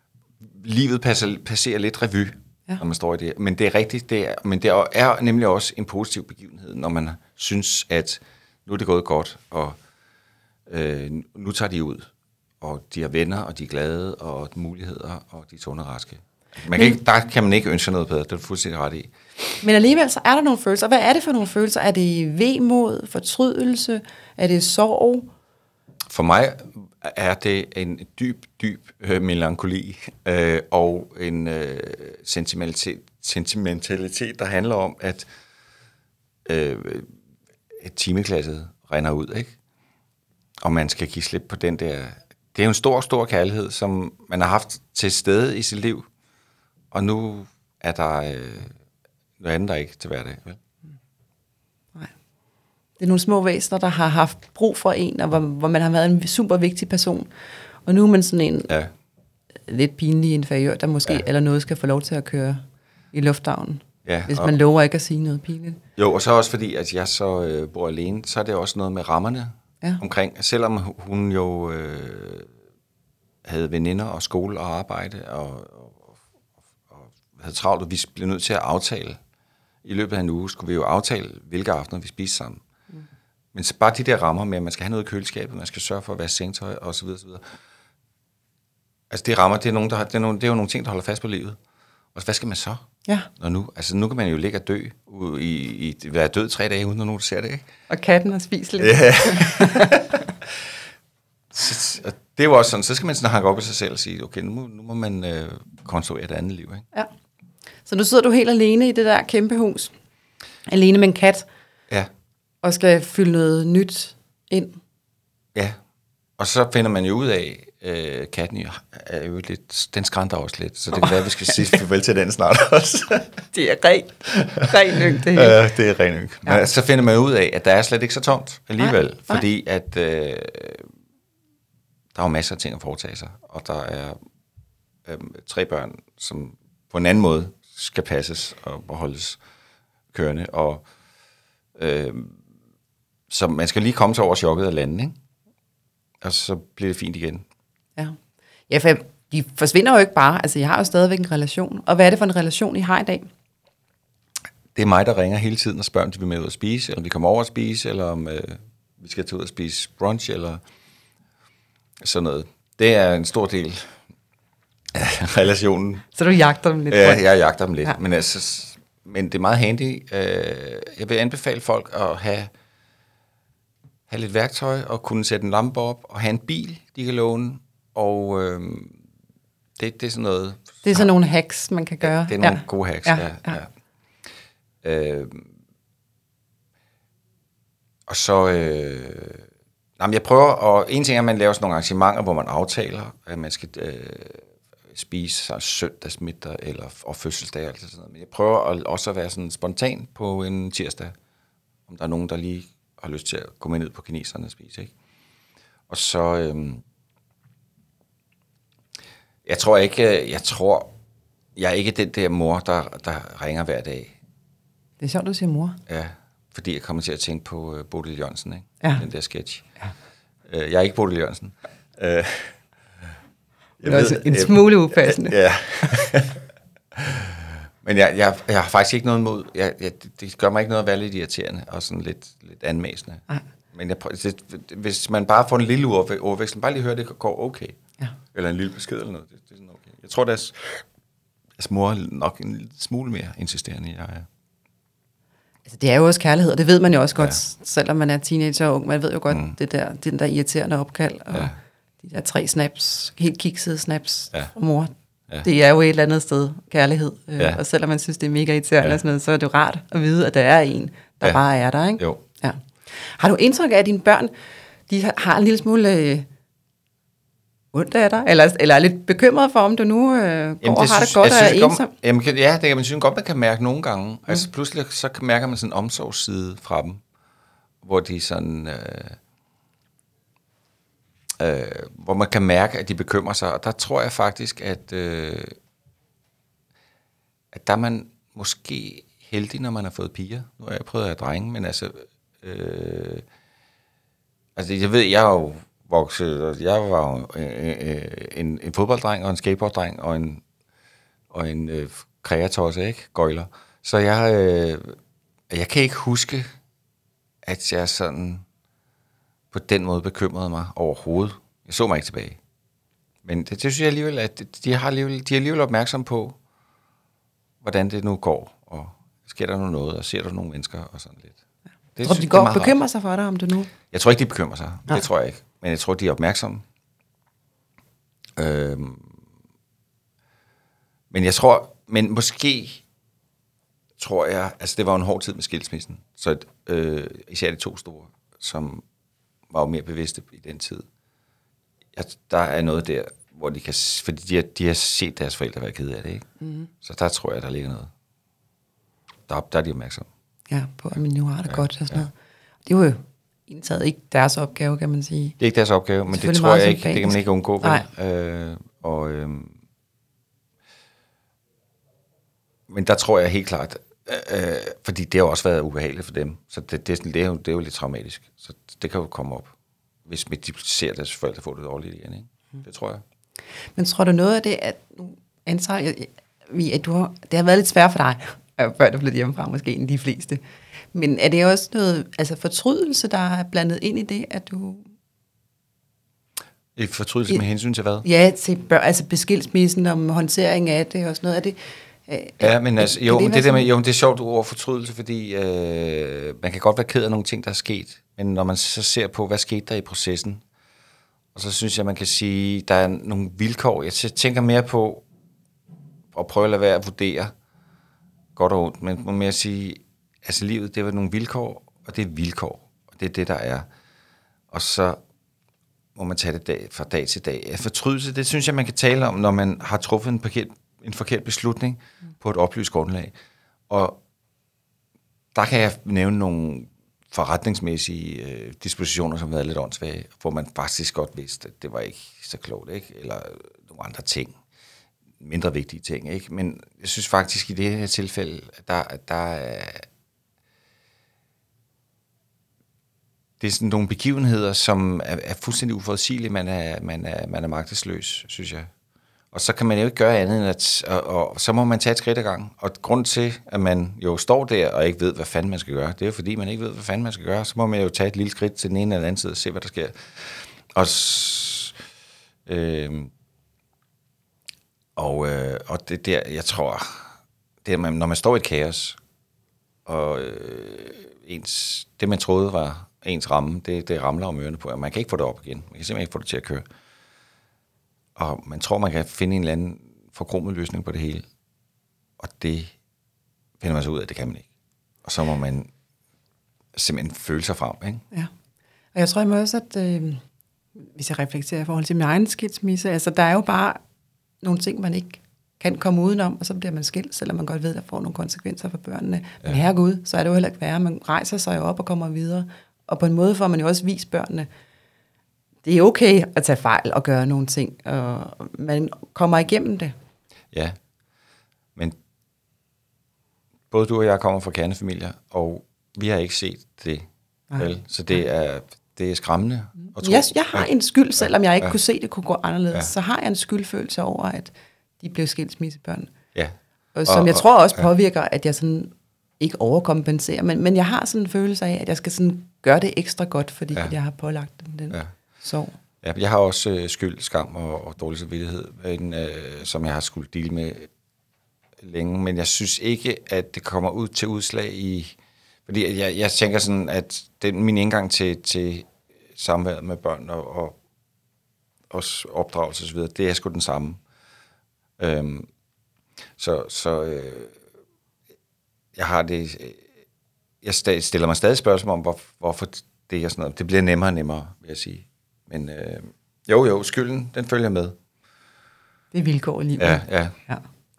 livet passer, passerer lidt revy, ja. når man står i det. Men det er rigtigt, det er, men det er nemlig også en positiv begivenhed, når man synes, at nu er det gået godt, og øh, nu tager de ud, og de har venner, og de er glade, og muligheder, og de er sunde og raske. Man kan men, ikke, der kan man ikke ønske noget bedre, det er du fuldstændig ret i. Men alligevel så er der nogle følelser. Hvad er det for nogle følelser? Er det vemod, fortrydelse? Er det sorg? For mig er det en dyb, dyb øh, melankoli øh, og en øh, sentimentalitet, sentimentalitet, der handler om, at øh, et timeklasset render ud, ikke? Og man skal give slip på den der. Det er jo en stor, stor kærlighed, som man har haft til stede i sit liv, og nu er der øh, noget andet, der ikke til hverdag, vel? Nej. Det er nogle små væsener, der har haft brug for en, og hvor, hvor man har været en super vigtig person. Og nu er man sådan en ja. lidt pinlig inferiør, der måske ja. eller noget skal få lov til at køre i lufthavnen. Ja, hvis man lover ikke at sige noget pinligt. Jo, og så også fordi, at jeg så øh, bor alene, så er det også noget med rammerne ja. omkring. Selvom hun jo øh, havde veninder og skole og arbejde, og, og, og, og havde travlt, og vi blev nødt til at aftale. I løbet af en uge skulle vi jo aftale, hvilke aftener vi spiste sammen. Mm. Men så bare de der rammer med, at man skal have noget i køleskabet, man skal sørge for at være sengtøj, og så videre, så videre. Altså det rammer, det er, nogen, der har, det, er nogle, det er jo nogle ting, der holder fast på livet. Og hvad skal man så? Ja. Og nu, altså nu kan man jo ligge og dø, i, i, være død tre dage, uden at nogen ser det, ikke? Og katten har spist lidt. Ja. så, og det er jo også sådan, så skal man sådan hakke op i sig selv og sige, okay, nu må, nu må man øh, konstruere et andet liv, ikke? Ja. Så nu sidder du helt alene i det der kæmpe hus, alene med en kat, ja. og skal fylde noget nyt ind. Ja, og så finder man jo ud af, øh, katten er jo lidt, den skrænter også lidt, så det kan oh. være, at vi skal sige farvel til den snart også. Det er ren, ren yng, det hele. Ja, det er ren yng. Men ja. så finder man ud af, at der er slet ikke så tomt alligevel, nej, nej. fordi at øh, der er jo masser af ting at foretage sig, og der er øh, tre børn, som på en anden måde skal passes og holdes kørende, og øh, så man skal lige komme til over chokket af landet, ikke? Og så bliver det fint igen. Ja, ja, for de forsvinder jo ikke bare. Altså, jeg har jo stadigvæk en relation. Og hvad er det for en relation, I har i dag? Det er mig, der ringer hele tiden og spørger, om de vil med ud at spise, eller om vi kommer over at spise, eller om øh, vi skal tage ud og spise brunch, eller sådan noget. Det er en stor del af relationen. Så du jagter dem lidt? Ja, jeg jagter dem lidt. Ja. Men, altså, men det er meget handy. Jeg vil anbefale folk at have have lidt værktøj, og kunne sætte en lampe op, og have en bil, de kan låne, og øh, det, det er sådan noget... Det er sådan nogle hacks, man kan gøre. Ja, det er nogle ja. gode hacks, ja. ja, ja. ja. Øh, og så... Øh, jamen, jeg prøver, og en ting er, at man laver sådan nogle arrangementer, hvor man aftaler, at man skal øh, spise søndagsmiddag, eller og fødselsdag, eller sådan noget. Men jeg prøver at, også at være sådan spontan på en tirsdag, om der er nogen, der lige har lyst til at komme ned på kineserne og spise, ikke? Og så, øhm, jeg tror ikke, jeg tror, jeg er ikke den der mor, der, der ringer hver dag. Det er sjovt, du siger mor. Ja, fordi jeg kommer til at tænke på uh, Bodil Jørgensen, ikke? Ja. Den der sketch. Ja. Uh, jeg er ikke Bodil Jørgensen. Uh, jeg det er ved, en smule upassende. Ja. Men jeg, jeg, jeg har faktisk ikke noget imod, jeg, jeg, det gør mig ikke noget at være lidt irriterende, og sådan lidt, lidt anmæsende. Ej. Men jeg, det, hvis man bare får en lille overveksling, bare lige høre, det går okay. Ja. Eller en lille besked eller noget, det, det er sådan okay. Jeg tror, deres, deres mor er nok en smule mere insisterende, jeg er. Altså, det er jo også kærlighed, og det ved man jo også godt, ja. Selvom man er teenager og ung. Man ved jo godt, mm. det der, den der irriterende opkald, og ja. De der tre snaps, helt kiksede snaps ja. Fra mor. Ja. Det er jo et eller andet sted kærlighed. Ja. Og selvom man synes, det er mega irriterende, ja. Sådan noget, så er det jo rart at vide, at der er en, der ja. Bare er der. Ikke? Jo. Ja. Har du indtryk af, at dine børn de har en lille smule øh, ondt af dig? Eller, eller er lidt bekymret for, om du nu øh, går jamen, og har det godt og er ensom? Jamen, ja, det kan man synes godt, man kan mærke nogle gange. Mm. Altså pludselig så mærker man sådan en omsorgsside fra dem, hvor de sådan... Øh, øh, hvor man kan mærke, at de bekymrer sig. Og der tror jeg faktisk, at, øh, at der er man måske heldig, når man har fået piger. Nu har jeg prøvet at have drenge, men altså... Øh, altså, jeg ved, jeg er jo vokset... Jeg var jo øh, en, en fodbolddreng og en skateboarddreng og en, og en øh, kreatosse, ikke? Gøjler. Så jeg, øh, jeg kan ikke huske, at jeg sådan... på den måde bekymrede mig overhovedet. Jeg så mig ikke tilbage. Men det, det synes jeg alligevel, at de har alligevel, de er alligevel opmærksom på, hvordan det nu går, og sker der nu noget, og ser der nogle mennesker, og sådan lidt. Det, tror du, de går og bekymrer sig for dig, om det nu? Jeg tror ikke, de bekymrer sig. Nej. Det tror jeg ikke. Men jeg tror, de er opmærksomme. Øhm, men jeg tror, men måske tror jeg, altså det var en hård tid med skilsmissen, så øh, især de to store, som var jo mere bevidste i den tid. Jeg, der er noget der, hvor de kan, fordi de har, de har set deres forældre være kede af det, ikke? Mm-hmm. Så der tror jeg, der ligger noget. Der, der er de opmærksomme. Ja, på at man nu har det ja, godt og sådan ja. Noget. Det var jo indtaget ikke deres opgave, kan man sige. Det er ikke deres opgave, men det tror jeg ikke, det kan man ikke undgå. Øh, og, øh, men der tror jeg helt klart, øh, fordi det har også været ubehageligt for dem, så det, det, det, er, jo, det er jo lidt traumatisk. Så det kan jo komme op, hvis de ser deres forældre få det dårligt igen. Ikke? Mm. Det tror jeg. Men tror du noget af det, at nu antager jeg, at du har, det har været lidt svært for dig, før du blev hjemmefra måske, end de fleste. Men er det også noget, altså fortrydelse, der er blandet ind i det, at du... Et fortrydelse med hensyn til hvad? Ja, til børn, altså beskilsmissen, om håndtering af det og sådan noget. Er det, ja, men altså, jo, det, det, der med, jo, det er sjovt ord fortrydelse, fordi øh, man kan godt være ked af nogle ting, der er sket, men når man så ser på, hvad skete der i processen, og så synes jeg, man kan sige, der er nogle vilkår. Jeg tænker mere på at prøve at lade være at vurdere godt og ondt, men må mere sige, altså livet, det var nogle vilkår, og det er vilkår, og det er det, der er. Og så må man tage det dag, fra dag til dag. Fortrydelse, det synes jeg, man kan tale om, når man har truffet en forkert, en forkert beslutning mm. på et oplyst grundlag. Og der kan jeg nævne nogle forretningsmæssige øh, dispositioner, som har været lidt åndssvage, hvor man faktisk godt vidste, at det var ikke så klogt, ikke? Eller nogle andre ting. Mindre vigtige ting, ikke? Men jeg synes faktisk, i det her tilfælde, at der, at der er... Det er sådan nogle begivenheder, som er, er fuldstændig uforudsigelige. Man er, man, er, man er magtesløs, synes jeg. Og så kan man jo ikke gøre andet end at... Og, og så må man tage et skridt ad gang. Og grund til, at man jo står der og ikke ved, hvad fanden man skal gøre, det er jo fordi, man ikke ved, hvad fanden man skal gøre. Så må man jo tage et lille skridt til den ene eller anden side og se, hvad der sker. Og... Øh, Og, øh, og det der, jeg tror, det er, når man står i et kaos, og øh, ens, det man troede var ens ramme, det, det ramler om ørerne på, og man kan ikke få det op igen. Man kan simpelthen ikke få det til at køre. Og man tror, man kan finde en eller anden forkromet løsning på det hele, og det finder man så ud af, det kan man ikke. Og så må man simpelthen føle sig frem, ikke? Ja, og jeg tror også, at øh, hvis jeg reflekterer i forhold til min egen skilsmisse, altså der er jo bare nogle ting, man ikke kan komme udenom, og så bliver man skilt, selvom man godt ved, at der får nogle konsekvenser for børnene. Ja. Men herregud, så er det jo heller ikke værre. Man rejser sig jo op og kommer videre. Og på en måde får man jo også vist børnene, det er okay at tage fejl og gøre nogle ting, og man kommer igennem det. Ja, men både du og jeg kommer fra kernefamilier, og vi har ikke set det. Vel? Så det er... Det er skræmmende at tro. Yes, jeg har en skyld, selvom jeg ikke ja. kunne se, det kunne gå anderledes. Ja. Så har jeg en skyldfølelse over, at de blev skilsmissebørn. Ja. Og som og, jeg tror også påvirker, at jeg sådan ikke overkompenserer. Men, men jeg har sådan en følelse af, at jeg skal sådan gøre det ekstra godt, fordi ja. jeg har pålagt dem den ja. sorg. Ja, jeg har også øh, skyld, skam og, og dårlig samvittighed, en, øh, som jeg har skulle dele med længe. Men jeg synes ikke, at det kommer ud til udslag i Fordi jeg, jeg tænker sådan, at det, min indgang til, til samværet med børn og, og også opdragelse og så videre, det er sgu den samme. Øhm, så så øh, jeg har det... Jeg stiller mig stadig spørgsmål om, hvor, hvorfor det er sådan noget. Det bliver nemmere og nemmere, vil jeg sige. Men øh, jo, jo, skylden, den følger med. Det er vilkår i livet. Ja, ja. ja.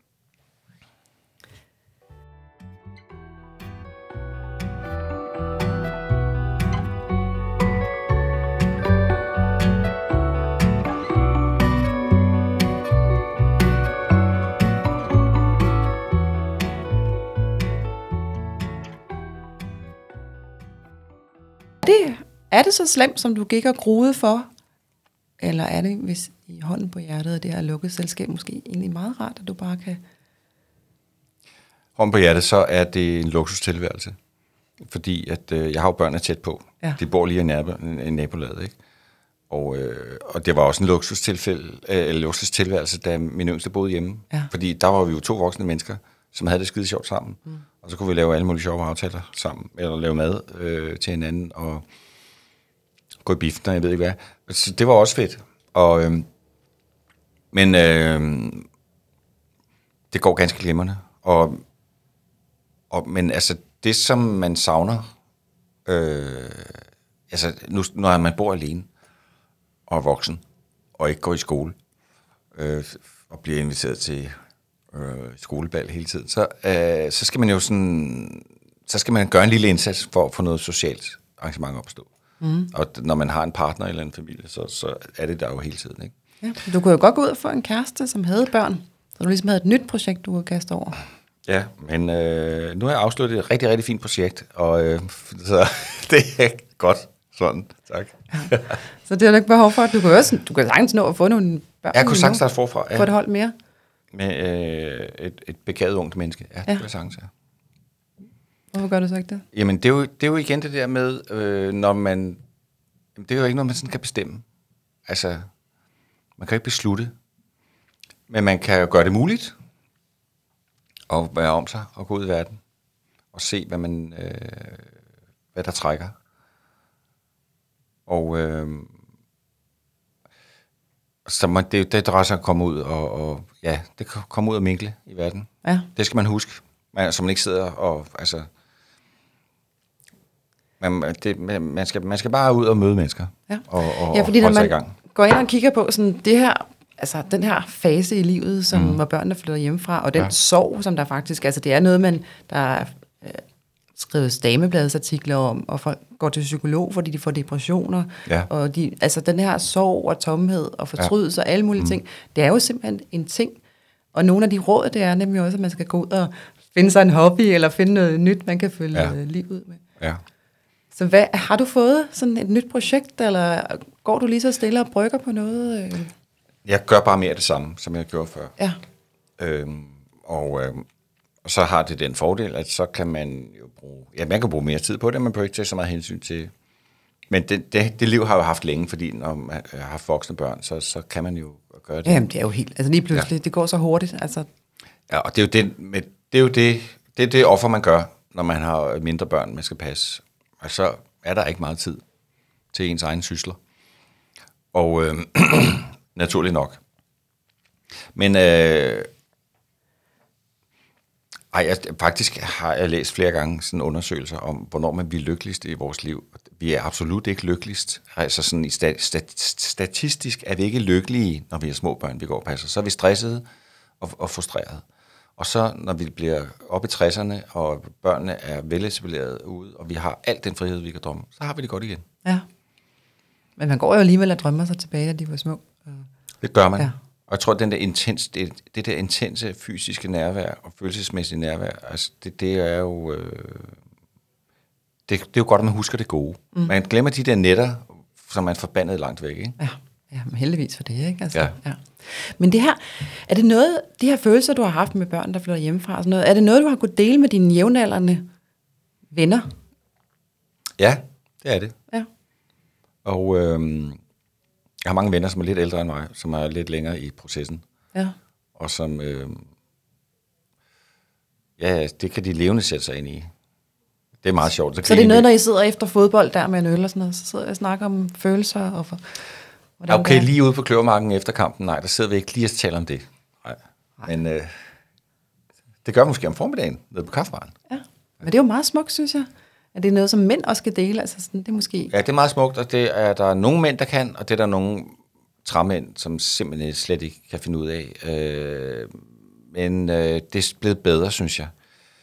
Det, er det så slemt, som du gik og gruede for? Eller er det, hvis i hånden på hjertet af det her lukkede selskab, måske egentlig meget rart, at du bare kan... Hånden på hjertet, så er det en luksustilværelse. Fordi at, øh, jeg har jo børnene tæt på. Ja. De bor lige i, nabo, i nabolaget, ikke? Og, øh, og det var også en luksustilfælde, øh, luksustilværelse, da min yngste boede hjemme. Ja. Fordi der var vi jo to voksne mennesker, som havde det skide sjovt sammen. Mm. Og så kunne vi lave alle mulige sjove aftaler sammen, eller lave mad øh, til hinanden, og gå i biffen, og jeg ved ikke hvad. Så det var også fedt. Og, øh, men øh, det går ganske glimrende. Og, og, men altså, det som man savner, øh, altså nu, når man bor alene, og er voksen, og ikke går i skole, øh, og bliver inviteret til øh, skolebal hele tiden, så, øh, så skal man jo sådan, så skal man gøre en lille indsats for at få noget socialt arrangement opstå. Mm. Og når man har en partner eller en familie, så, så er det der jo hele tiden, ikke? Ja, du kunne jo godt gå ud og få en kæreste, som havde børn, så du ligesom havde et nyt projekt, du kunne kaste over. Ja, men øh, nu har jeg afsluttet et rigtig, rigtig fint projekt, og øh, så det er godt sådan, tak. Ja. Så det er jo ikke behov for, at du kan også, du kan sagtens nå at få nogle børn. Jeg kunne sagtens starte forfra. Ja. Få et hold mere. Med øh, et, et begavet ungt menneske. Ja, det ja. kunne jeg sagtens, ja. Hvorfor gør du så ikke det? Jamen, det er jo, det er jo igen det der med, øh, når man... Det er jo ikke noget, man sådan kan bestemme. Altså, man kan ikke beslutte. Men man kan jo gøre det muligt at være om sig og gå ud i verden og se, hvad man øh, hvad der trækker. Og øh, så man, det, det drejer sig at komme ud og, og ja, det kan komme ud og minkle i verden. Ja. Det skal man huske, man, så man ikke sidder og altså man, det, man skal man skal bare ud og møde mennesker. Ja. Og, og ja, fordi holde sig når i gang. Man går ind og kigger på sådan det her, altså den her fase i livet, som mm. hvor børnene flytter hjemmefra, og den ja. sorg, som der faktisk, altså det er noget, man der er øh, skrevet damebladsartikler om, og folk går til psykolog, fordi de får depressioner, ja. og de, altså den her sorg og tomhed og fortrydelse ja. og alle mulige mm. ting, det er jo simpelthen en ting. Og nogle af de råd, det er nemlig også, at man skal gå ud og finde sig en hobby, eller finde noget nyt, man kan følge ja. livet med. Ja. Så hvad, har du fået sådan et nyt projekt, eller går du lige så stille og brygger på noget? Jeg gør bare mere det samme, som jeg gjorde før. Ja. Øhm, og, øhm, og så har det den fordel, at så kan man jo bruge... Ja, man kan bruge mere tid på det, man behøver ikke tage så meget hensyn til... Men det, det, det liv har jeg jo haft længe, fordi når man har haft voksne børn, så, så kan man jo gøre det. Jamen, det er jo helt... Altså lige pludselig, ja. det går så hurtigt, altså... Ja, og det er jo det, med, det, er jo det, det, er det offer, man gør, når man har mindre børn, man skal passe. Og så er der ikke meget tid til ens egen sysler. Og øh, naturligt nok. Men øh, ej, jeg, faktisk har jeg læst flere gange sådan undersøgelser om, hvornår man bliver lykkeligst i vores liv. Vi er absolut ikke lykkeligst. Altså sådan i stat, stat, statistisk er vi ikke lykkelige, når vi har små børn, vi går og passer. Så er vi stressede og, og frustrerede. Og så, når vi bliver oppe i tresserne, og børnene er veletableret ude, og vi har alt den frihed, vi kan drømme, så har vi det godt igen. Ja. Men man går jo alligevel og drømmer sig tilbage, da de var små. Det gør man. Ja. Og jeg tror, at den der intens, det, det der intense fysiske nærvær og følelsesmæssige nærvær, altså det, det er jo... Øh, det, det er jo godt, at man husker det gode. Mm. Man glemmer de der netter, som man er forbandet langt væk, ikke? Ja. Ja, men heldigvis for det, ikke? Altså, ja. ja. Men det her, er det noget, de her følelser, du har haft med børn, der flytter hjemmefra, sådan noget, er det noget, du har kunnet dele med dine jævnaldrende venner? Ja, det er det. Ja. Og øhm, jeg har mange venner, som er lidt ældre end mig, som er lidt længere i processen. Ja. Og som, øhm, ja, det kan de levende sætte sig ind i. Det er meget sjovt. Så, så det er noget, når I sidder efter fodbold der med en øl og sådan noget, så sidder jeg og snakker om følelser og for, hvordan okay, det er. Lige ude på Kløvermarken efter kampen, nej, der sidder vi ikke lige og taler om det. Nej. Nej. Men øh, det gør vi måske om formiddagen, nede på kaffebaren. Ja, men det er jo meget smukt, synes jeg. At det er noget, som mænd også skal dele, altså sådan, det er måske... Ja, det er meget smukt, og det er der nogle mænd, der kan, og det er der nogle træmænd, som simpelthen slet ikke kan finde ud af. Øh, men øh, det er blevet bedre, synes jeg.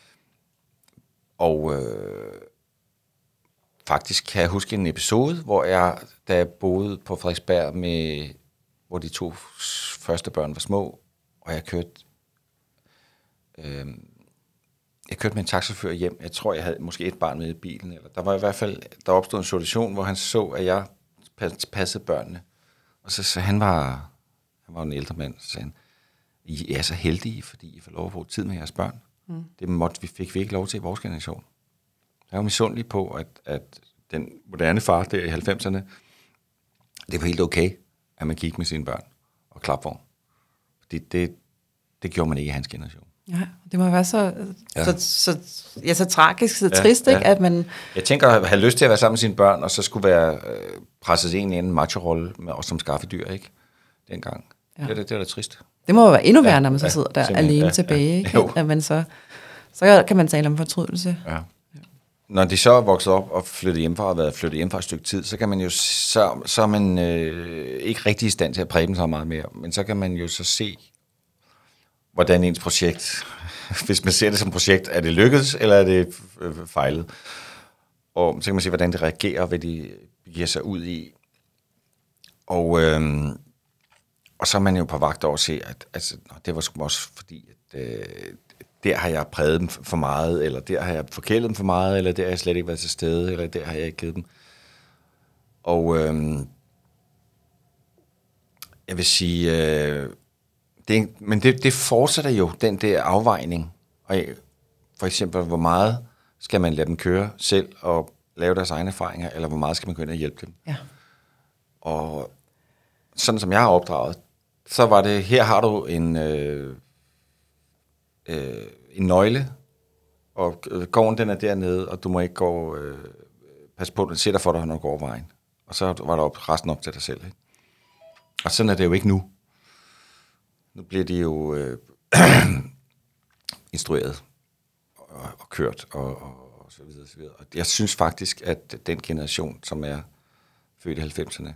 Og øh, faktisk kan jeg huske en episode, hvor jeg, da jeg boede på Frederiksberg, med, hvor de to første børn var små, og jeg kørte, øh, jeg kørte med en taxachauffør hjem. Jeg tror, jeg havde måske et barn med i bilen. Eller der var i hvert fald, der opstod en situation, hvor han så, at jeg passede børnene. Og så, så han var, han var en ældre mand, så sagde han, I er så heldige, fordi I får lov at bruge tid med jeres børn. Mm. Det måtte vi, fik vi ikke lov til i vores generation. Jeg var misundelig på, at, at den moderne far der i halvfemserne, det var helt okay, at man gik med sine børn og klapvogn. Fordi det, det gjorde man ikke i hans generation. Ja, det må være så, ja. så, så, ja, så tragisk, så ja, trist, ja. Ikke, at man... Jeg tænker at have lyst til at være sammen med sine børn, og så skulle være øh, presset ind i en macho-rolle med os som skaffedyr, ikke? Dengang. Ja. Det, det, det er da trist. Det må jo være endnu værre, ja, når man så ja, sidder der alene ja, tilbage, ja, ikke? At man så, så kan man tale om fortrydelse. Ja. Ja. Når de så er vokset op og flyttet hjemmefra og været flyttet hjemmefra et stykke tid, så kan man jo så, så er man øh, ikke rigtig i stand til at præge dem så meget mere, men så kan man jo så se, hvordan ens projekt, hvis man ser det som projekt, er det lykkedes, eller er det fejlet? Og så kan man se, hvordan det reagerer, hvad de giver sig ud i. Og, øh, og så er man jo på vagt over at se, at altså, det var sgu også fordi, at øh, der har jeg præget dem for meget, eller der har jeg forkælet dem for meget, eller der har jeg slet ikke været til stede, eller der har jeg ikke givet dem. Og øh, jeg vil sige... Øh, Det, men det, det fortsætter jo, den der afvejning. Og for eksempel, hvor meget skal man lade dem køre selv og lave deres egne erfaringer, eller hvor meget skal man gå ind og hjælpe dem? Ja. Og sådan som jeg har opdraget, så var det, her har du en, øh, øh, en nøgle, og gården den er dernede, og du må ikke gå, øh, passe på, at sætter for dig, når du går over vejen. Og så var der op, resten op til dig selv. Ikke? Og sådan er det jo ikke nu. Nu bliver de jo øh, instrueret og, og kørt og, og, og så videre, så videre. Og jeg synes faktisk, at den generation, som er født i halvfemserne,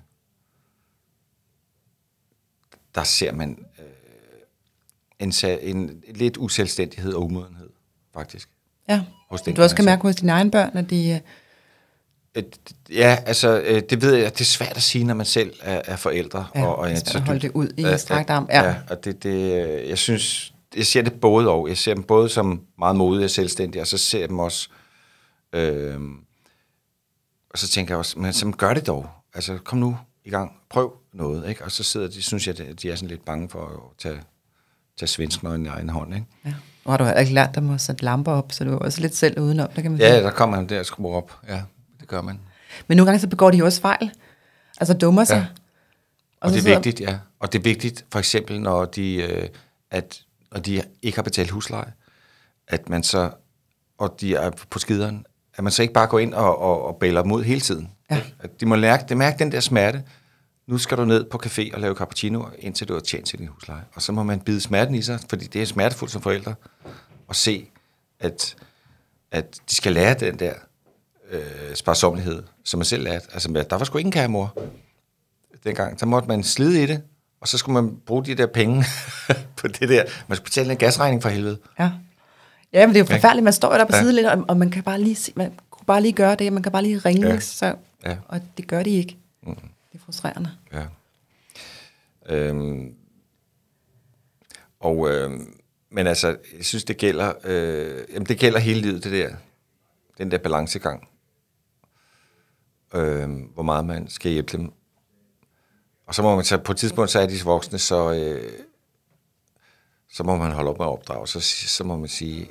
der ser man øh, en, en lidt uselvstændighed og umodenhed, faktisk. Ja, du også kan mærke hos dine egne børn, at de... Ja, altså, det ved jeg, det er svært at sige, når man selv er, er forældre. Ja, og, og det er svært at holde det ud i ja, strakt arm. Ja, ja og det, det, jeg synes, jeg ser det både og. Jeg ser dem både som meget modige og selvstændige, og så ser jeg dem også, øh, og så tænker jeg også, men så gør det dog. Altså, kom nu i gang, prøv noget, ikke? Og så sidder de, synes jeg, de er sådan lidt bange for at tage, tage svensken i egen hånd, ikke? Ja. Og har du ikke lært dem at sætte lamper op, så du er også lidt selv udenom, der kan man ja, sige. der kommer han der og skruer op, ja. Det gør man. Men nogle gange så begår de jo også fejl. Altså dummer sig. Ja. Og, og det er sidder... vigtigt, ja. Og det er vigtigt, for eksempel, når de, øh, at, når de ikke har betalt husleje, at man så, og de er på skideren, at man så ikke bare går ind og, og, og bailer dem ud hele tiden. Ja. At de må mærke, de mærke den der smerte. Nu skal du ned på café og lave cappuccino, indtil du har tjent til din husleje. Og så må man bide smerten i sig, fordi det er smertefuldt som forældre, at se, at, at de skal lære den der Øh, sparsommelighed, som man selv lærte. Altså, der var sgu ikke en kære mor dengang. Så måtte man slide i det, og så skulle man bruge de der penge på det der. Man skulle betale en gasregning for helvede. Ja, ja, men det er jo forfærdeligt. Man står der på ja. siden lidt, og, og man kan bare lige se, man kunne bare lige gøre det, man kan bare lige ringe, ja. Så, ja. Og det gør de ikke. Mm. Det er frustrerende. Ja. Øhm. Og, øhm, men altså, jeg synes, det gælder, øh, jamen, det gælder hele livet, det der, den der balancegang. Øh, hvor meget man skal hjælpe dem. Og så må man så på et tidspunkt, så er de voksne, så, øh, så må man holde op med at opdrage. Så, så må man sige,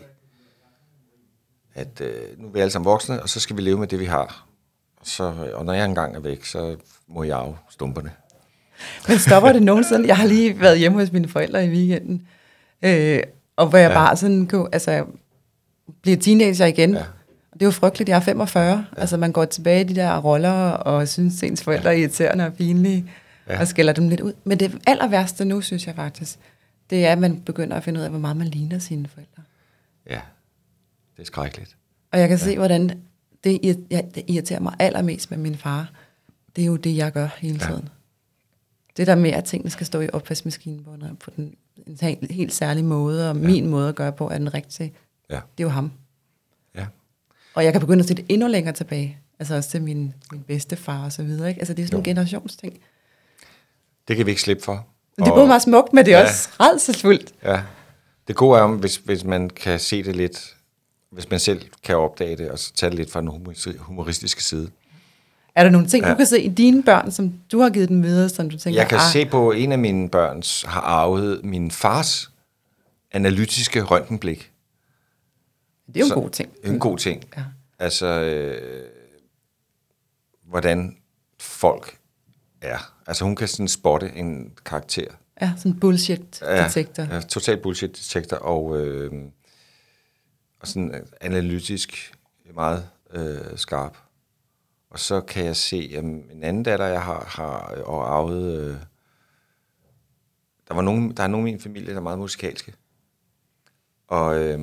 at øh, nu er vi alle sammen voksne, og så skal vi leve med det, vi har. Så, og når jeg engang er væk, så må jeg af stumperne. Men stopper det nogensinde? Jeg har lige været hjemme hos mine forældre i weekenden, øh, og hvor jeg ja. bare sådan kunne, altså, bliver teenager igen, ja. Og det er jo frygteligt, jeg er femogfyrre. Ja. Altså man går tilbage i de der roller, og synes, ens forældre er irriterende og pinlige, ja. Og skælder dem lidt ud. Men det aller værste nu, synes jeg faktisk, det er, at man begynder at finde ud af, hvor meget man ligner sine forældre. Ja, det er skrækkeligt. Og jeg kan ja. se, hvordan det, ja, det irriterer mig allermest med min far. Det er jo det, jeg gør hele tiden. Ja. Det der med, at tingene skal stå i opvaskemaskinen på den, en helt, helt særlig måde, og ja. min måde at gøre på er den rigtige. Ja. Det er jo ham. Ja. Og jeg kan begynde at se det endnu længere tilbage. Altså også til min, min bedstefar og så videre. Ikke? Altså det er sådan jo. en generationsting. Det kan vi ikke slippe for. Det er både meget smukt, men det er ja. også rædselsfuldt. Ja. Det gode er, hvis, hvis man kan se det lidt, hvis man selv kan opdage det, og så tage det lidt fra den humoristiske side. Er der nogle ting, ja. du kan se i dine børn, som du har givet dem videre, som du tænker... Jeg kan ah. se på, en af mine børns har arvet min fars analytiske røntgenblik. Det er jo en så, god ting. En god ting. Ja. Altså, øh, hvordan folk er. Altså, hun kan sådan spotte en karakter. Ja, sådan en bullshit-detektor. Ja, ja, total bullshit-detektor, og, øh, og sådan analytisk meget øh, skarp. Og så kan jeg se, at en anden datter, jeg har, har og arvet, øh, der, var nogen, der er nogen i min familie, der er meget musikalske. Og, øh,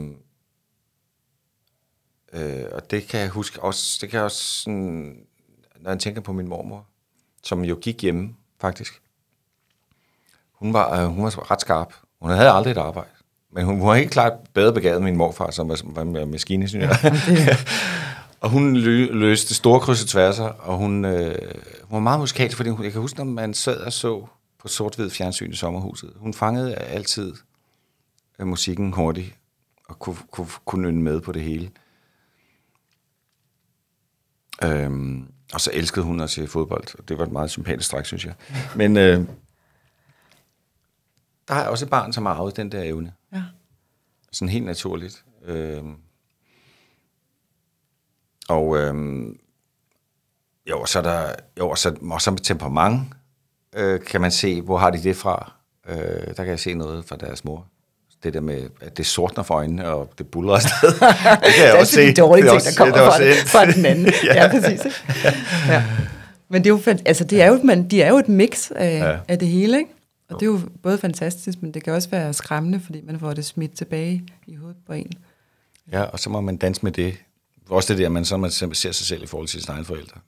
øh, og det kan jeg huske også, det kan jeg også sådan, når jeg tænker på min mormor, som jo gik hjemme, faktisk. Hun var, øh, hun var ret skarp. Hun havde aldrig et arbejde. Men hun, hun var helt klart bedre begavet end min morfar, som var, var maskiningeniør. Ja, og hun lø, løste store kryds og tværser, og hun, øh, hun var meget musikalsk, fordi hun, jeg kan huske, når man sad og så på sort-hvid fjernsyn i sommerhuset. Hun fangede altid øh, musikken hurtigt, og kunne, kunne, kunne nynne med på det hele. Øhm, og så elskede hun at se fodbold, og det var et meget sympatisk træk, synes jeg. Men øh, der er også et barn, som har arvet den der evne. Ja. Sådan helt naturligt. Øhm, Og øhm, jo, så er der jo så også med temperament, øh, kan man se, hvor har de det fra? Øh, der kan jeg se noget fra deres mor. Det der med, at det sortner for øjnene, og det buller afsted. Det kan jeg også se. Det er de dårlige ting, der kommer fra, det, fra den anden. ja. ja, præcis. Ikke? Ja. Men det er jo, altså, det er jo, man, de er jo et mix af, ja. af det hele, ikke? Og jo. Det er jo både fantastisk, men det kan også være skræmmende, fordi man får det smidt tilbage i hovedet på en. Ja, og så må man danse med det. Også det der, man, så man ser sig selv i forhold til sine egne forældre.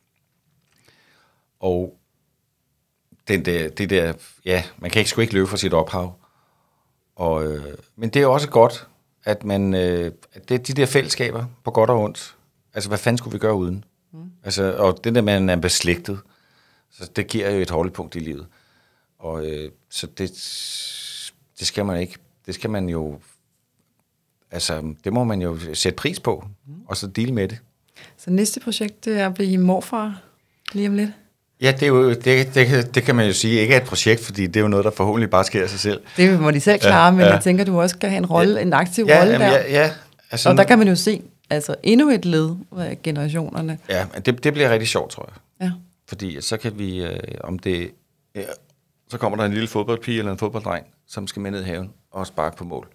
Og den der, det der, ja, man kan ikke sgu ikke løbe fra sit ophav. Og, øh, men det er også godt, at man, øh, at det, de der fællesskaber, på godt og ondt, altså hvad fanden skulle vi gøre uden? Mm. Altså, og det der, man er beslægtet, så det giver jo et holdepunkt i livet. Og øh, så det, det skal man ikke, det skal man jo, altså det må man jo sætte pris på, mm. og så deal med det. Så næste projekt, det er at blive morfar lige om lidt? Ja, det, er jo, det, det, det kan man jo sige ikke er et projekt, fordi det er jo noget, der forhåbentlig bare sker af sig selv. Det må de selv klare, ja, men ja. Jeg tænker, du også skal have en rolle, ja, en aktiv ja, rolle jamen, der. Ja, ja, altså, og der kan man jo se altså, endnu et led af generationerne. Ja, det, det bliver rigtig sjovt, tror jeg. Ja. Fordi så kan vi, øh, om det, øh, så kommer der en lille fodboldpige eller en fodbolddreng, som skal med ned i haven og sparke på mål.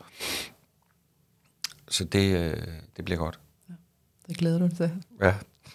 Så det, øh, det bliver godt. Ja, det glæder du dig til. Ja.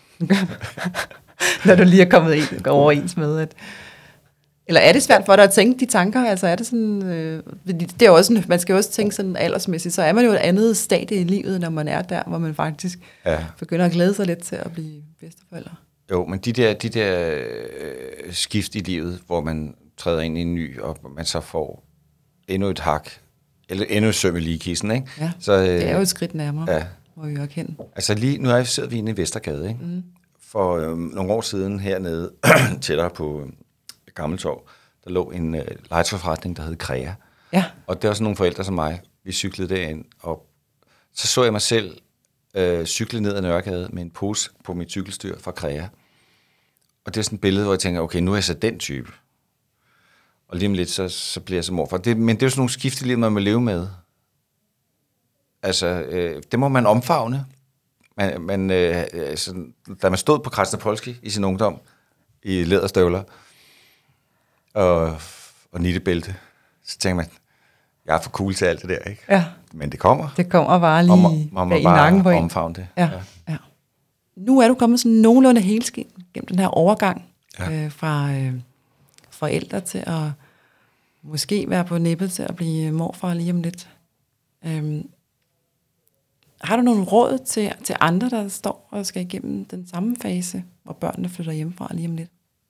Når du lige er kommet ind, overens med, at... Eller er det svært for dig at tænke de tanker? Altså er det sådan... Øh, det er jo også, man skal jo også tænke sådan aldersmæssigt, så er man jo et andet stadie i livet, når man er der, hvor man faktisk ja. begynder at glæde sig lidt til at blive bedsteforældre. Jo, men de der, de der øh, skift i livet, hvor man træder ind i en ny, og man så får endnu et hak, eller endnu et søm i ligekissen, ikke? Ja, så, øh, det er jo et skridt nærmere, ja. må vi jo erkende. Altså lige, nu er, sidder vi inde i Vestergade, ikke? Mm. For øh, nogle år siden hernede, tættere på øh, Gammeltorv, der lå en øh, legetøjsforretning, der hed Krea. Ja. Og det var sådan nogle forældre som mig, vi cyklede derind, og så så jeg mig selv øh, cykle ned ad Nørregade med en pose på mit cykelstyr fra Krea. Og det er sådan et billede, hvor jeg tænker, okay, nu er jeg så den type. Og lige om lidt, så, så bliver jeg så morfar. Det, men det er jo sådan nogle skift i livet, man må leve med. Altså, øh, det må man omfavne. Man, man, øh, altså, da man stod på Krasnopolski i sin ungdom, i læderstøvler og, og nittebælte, så tænker man, jeg er for cool til alt det der, ikke? Ja. Men det kommer. Det kommer bare lige og man må i nakken på en. omfavne det. Ja, ja. nu er du kommet sådan nogenlunde helskin gennem den her overgang ja. øh, fra øh, forældre til at måske være på nippet til at blive morfar lige om lidt. Øhm, har du nogle råd til, til andre, der står og skal igennem den samme fase, hvor børnene flytter hjemmefra lige om lidt?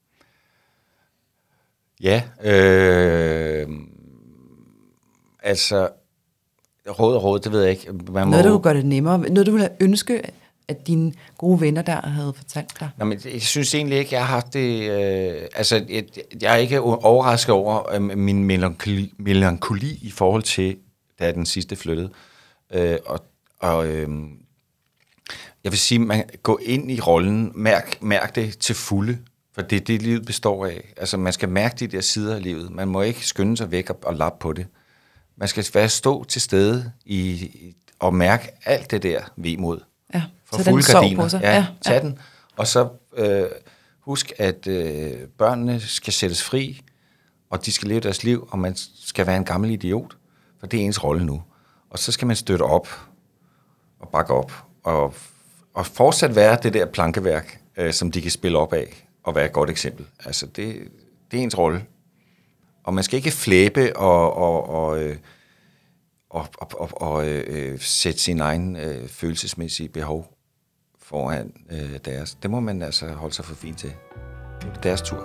Ja, øh, altså råd og råd, det ved jeg ikke. Man noget, må... der kunne gøre det nemmere. Noget, du ville have ønske, at dine gode venner der havde fortalt dig. Nå, men jeg synes egentlig ikke, jeg har haft det... Øh, altså, jeg, jeg er ikke overrasket over øh, min melankoli, melankoli i forhold til, da den sidste flyttede. Øh, og og øh, jeg vil sige, man går ind i rollen, mærk, mærk det til fulde, for det er det, livet består af. Altså, man skal mærke de der sider af livet. Man må ikke skynde sig væk og, og lappe på det. Man skal være stå til stede i, og mærke alt det der vemod. Ja, for så den sov på sig. Ja, ja, tag ja. den. Og så øh, husk, at øh, børnene skal sættes fri, og de skal leve deres liv, og man skal være en gammel idiot, for det er ens rolle nu. Og så skal man støtte op og bakke op, og, og fortsat være det der plankeværk, øh, som de kan spille op af, og være et godt eksempel. Altså, det, det er ens rolle. Og man skal ikke flæbe og, og, og, øh, og, og, og, og øh, sætte sine egne øh, følelsesmæssige behov foran øh, deres. Det må man altså holde sig for fint til. Det er deres tur.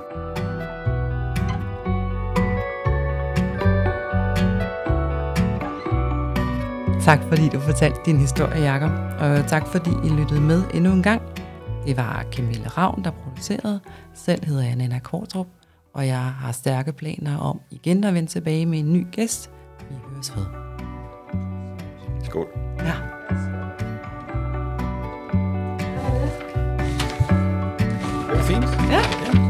Tak fordi du fortalte din historie, Jakob. Og tak fordi I lyttede med endnu en gang. Det var Camilla Ravn, der producerede. Selv hedder jeg Nana Kortrup, og jeg har stærke planer om igen at vende tilbage med en ny gæst. Vi høres ved. Skål. Ja. Det var fint. Ja. Ja.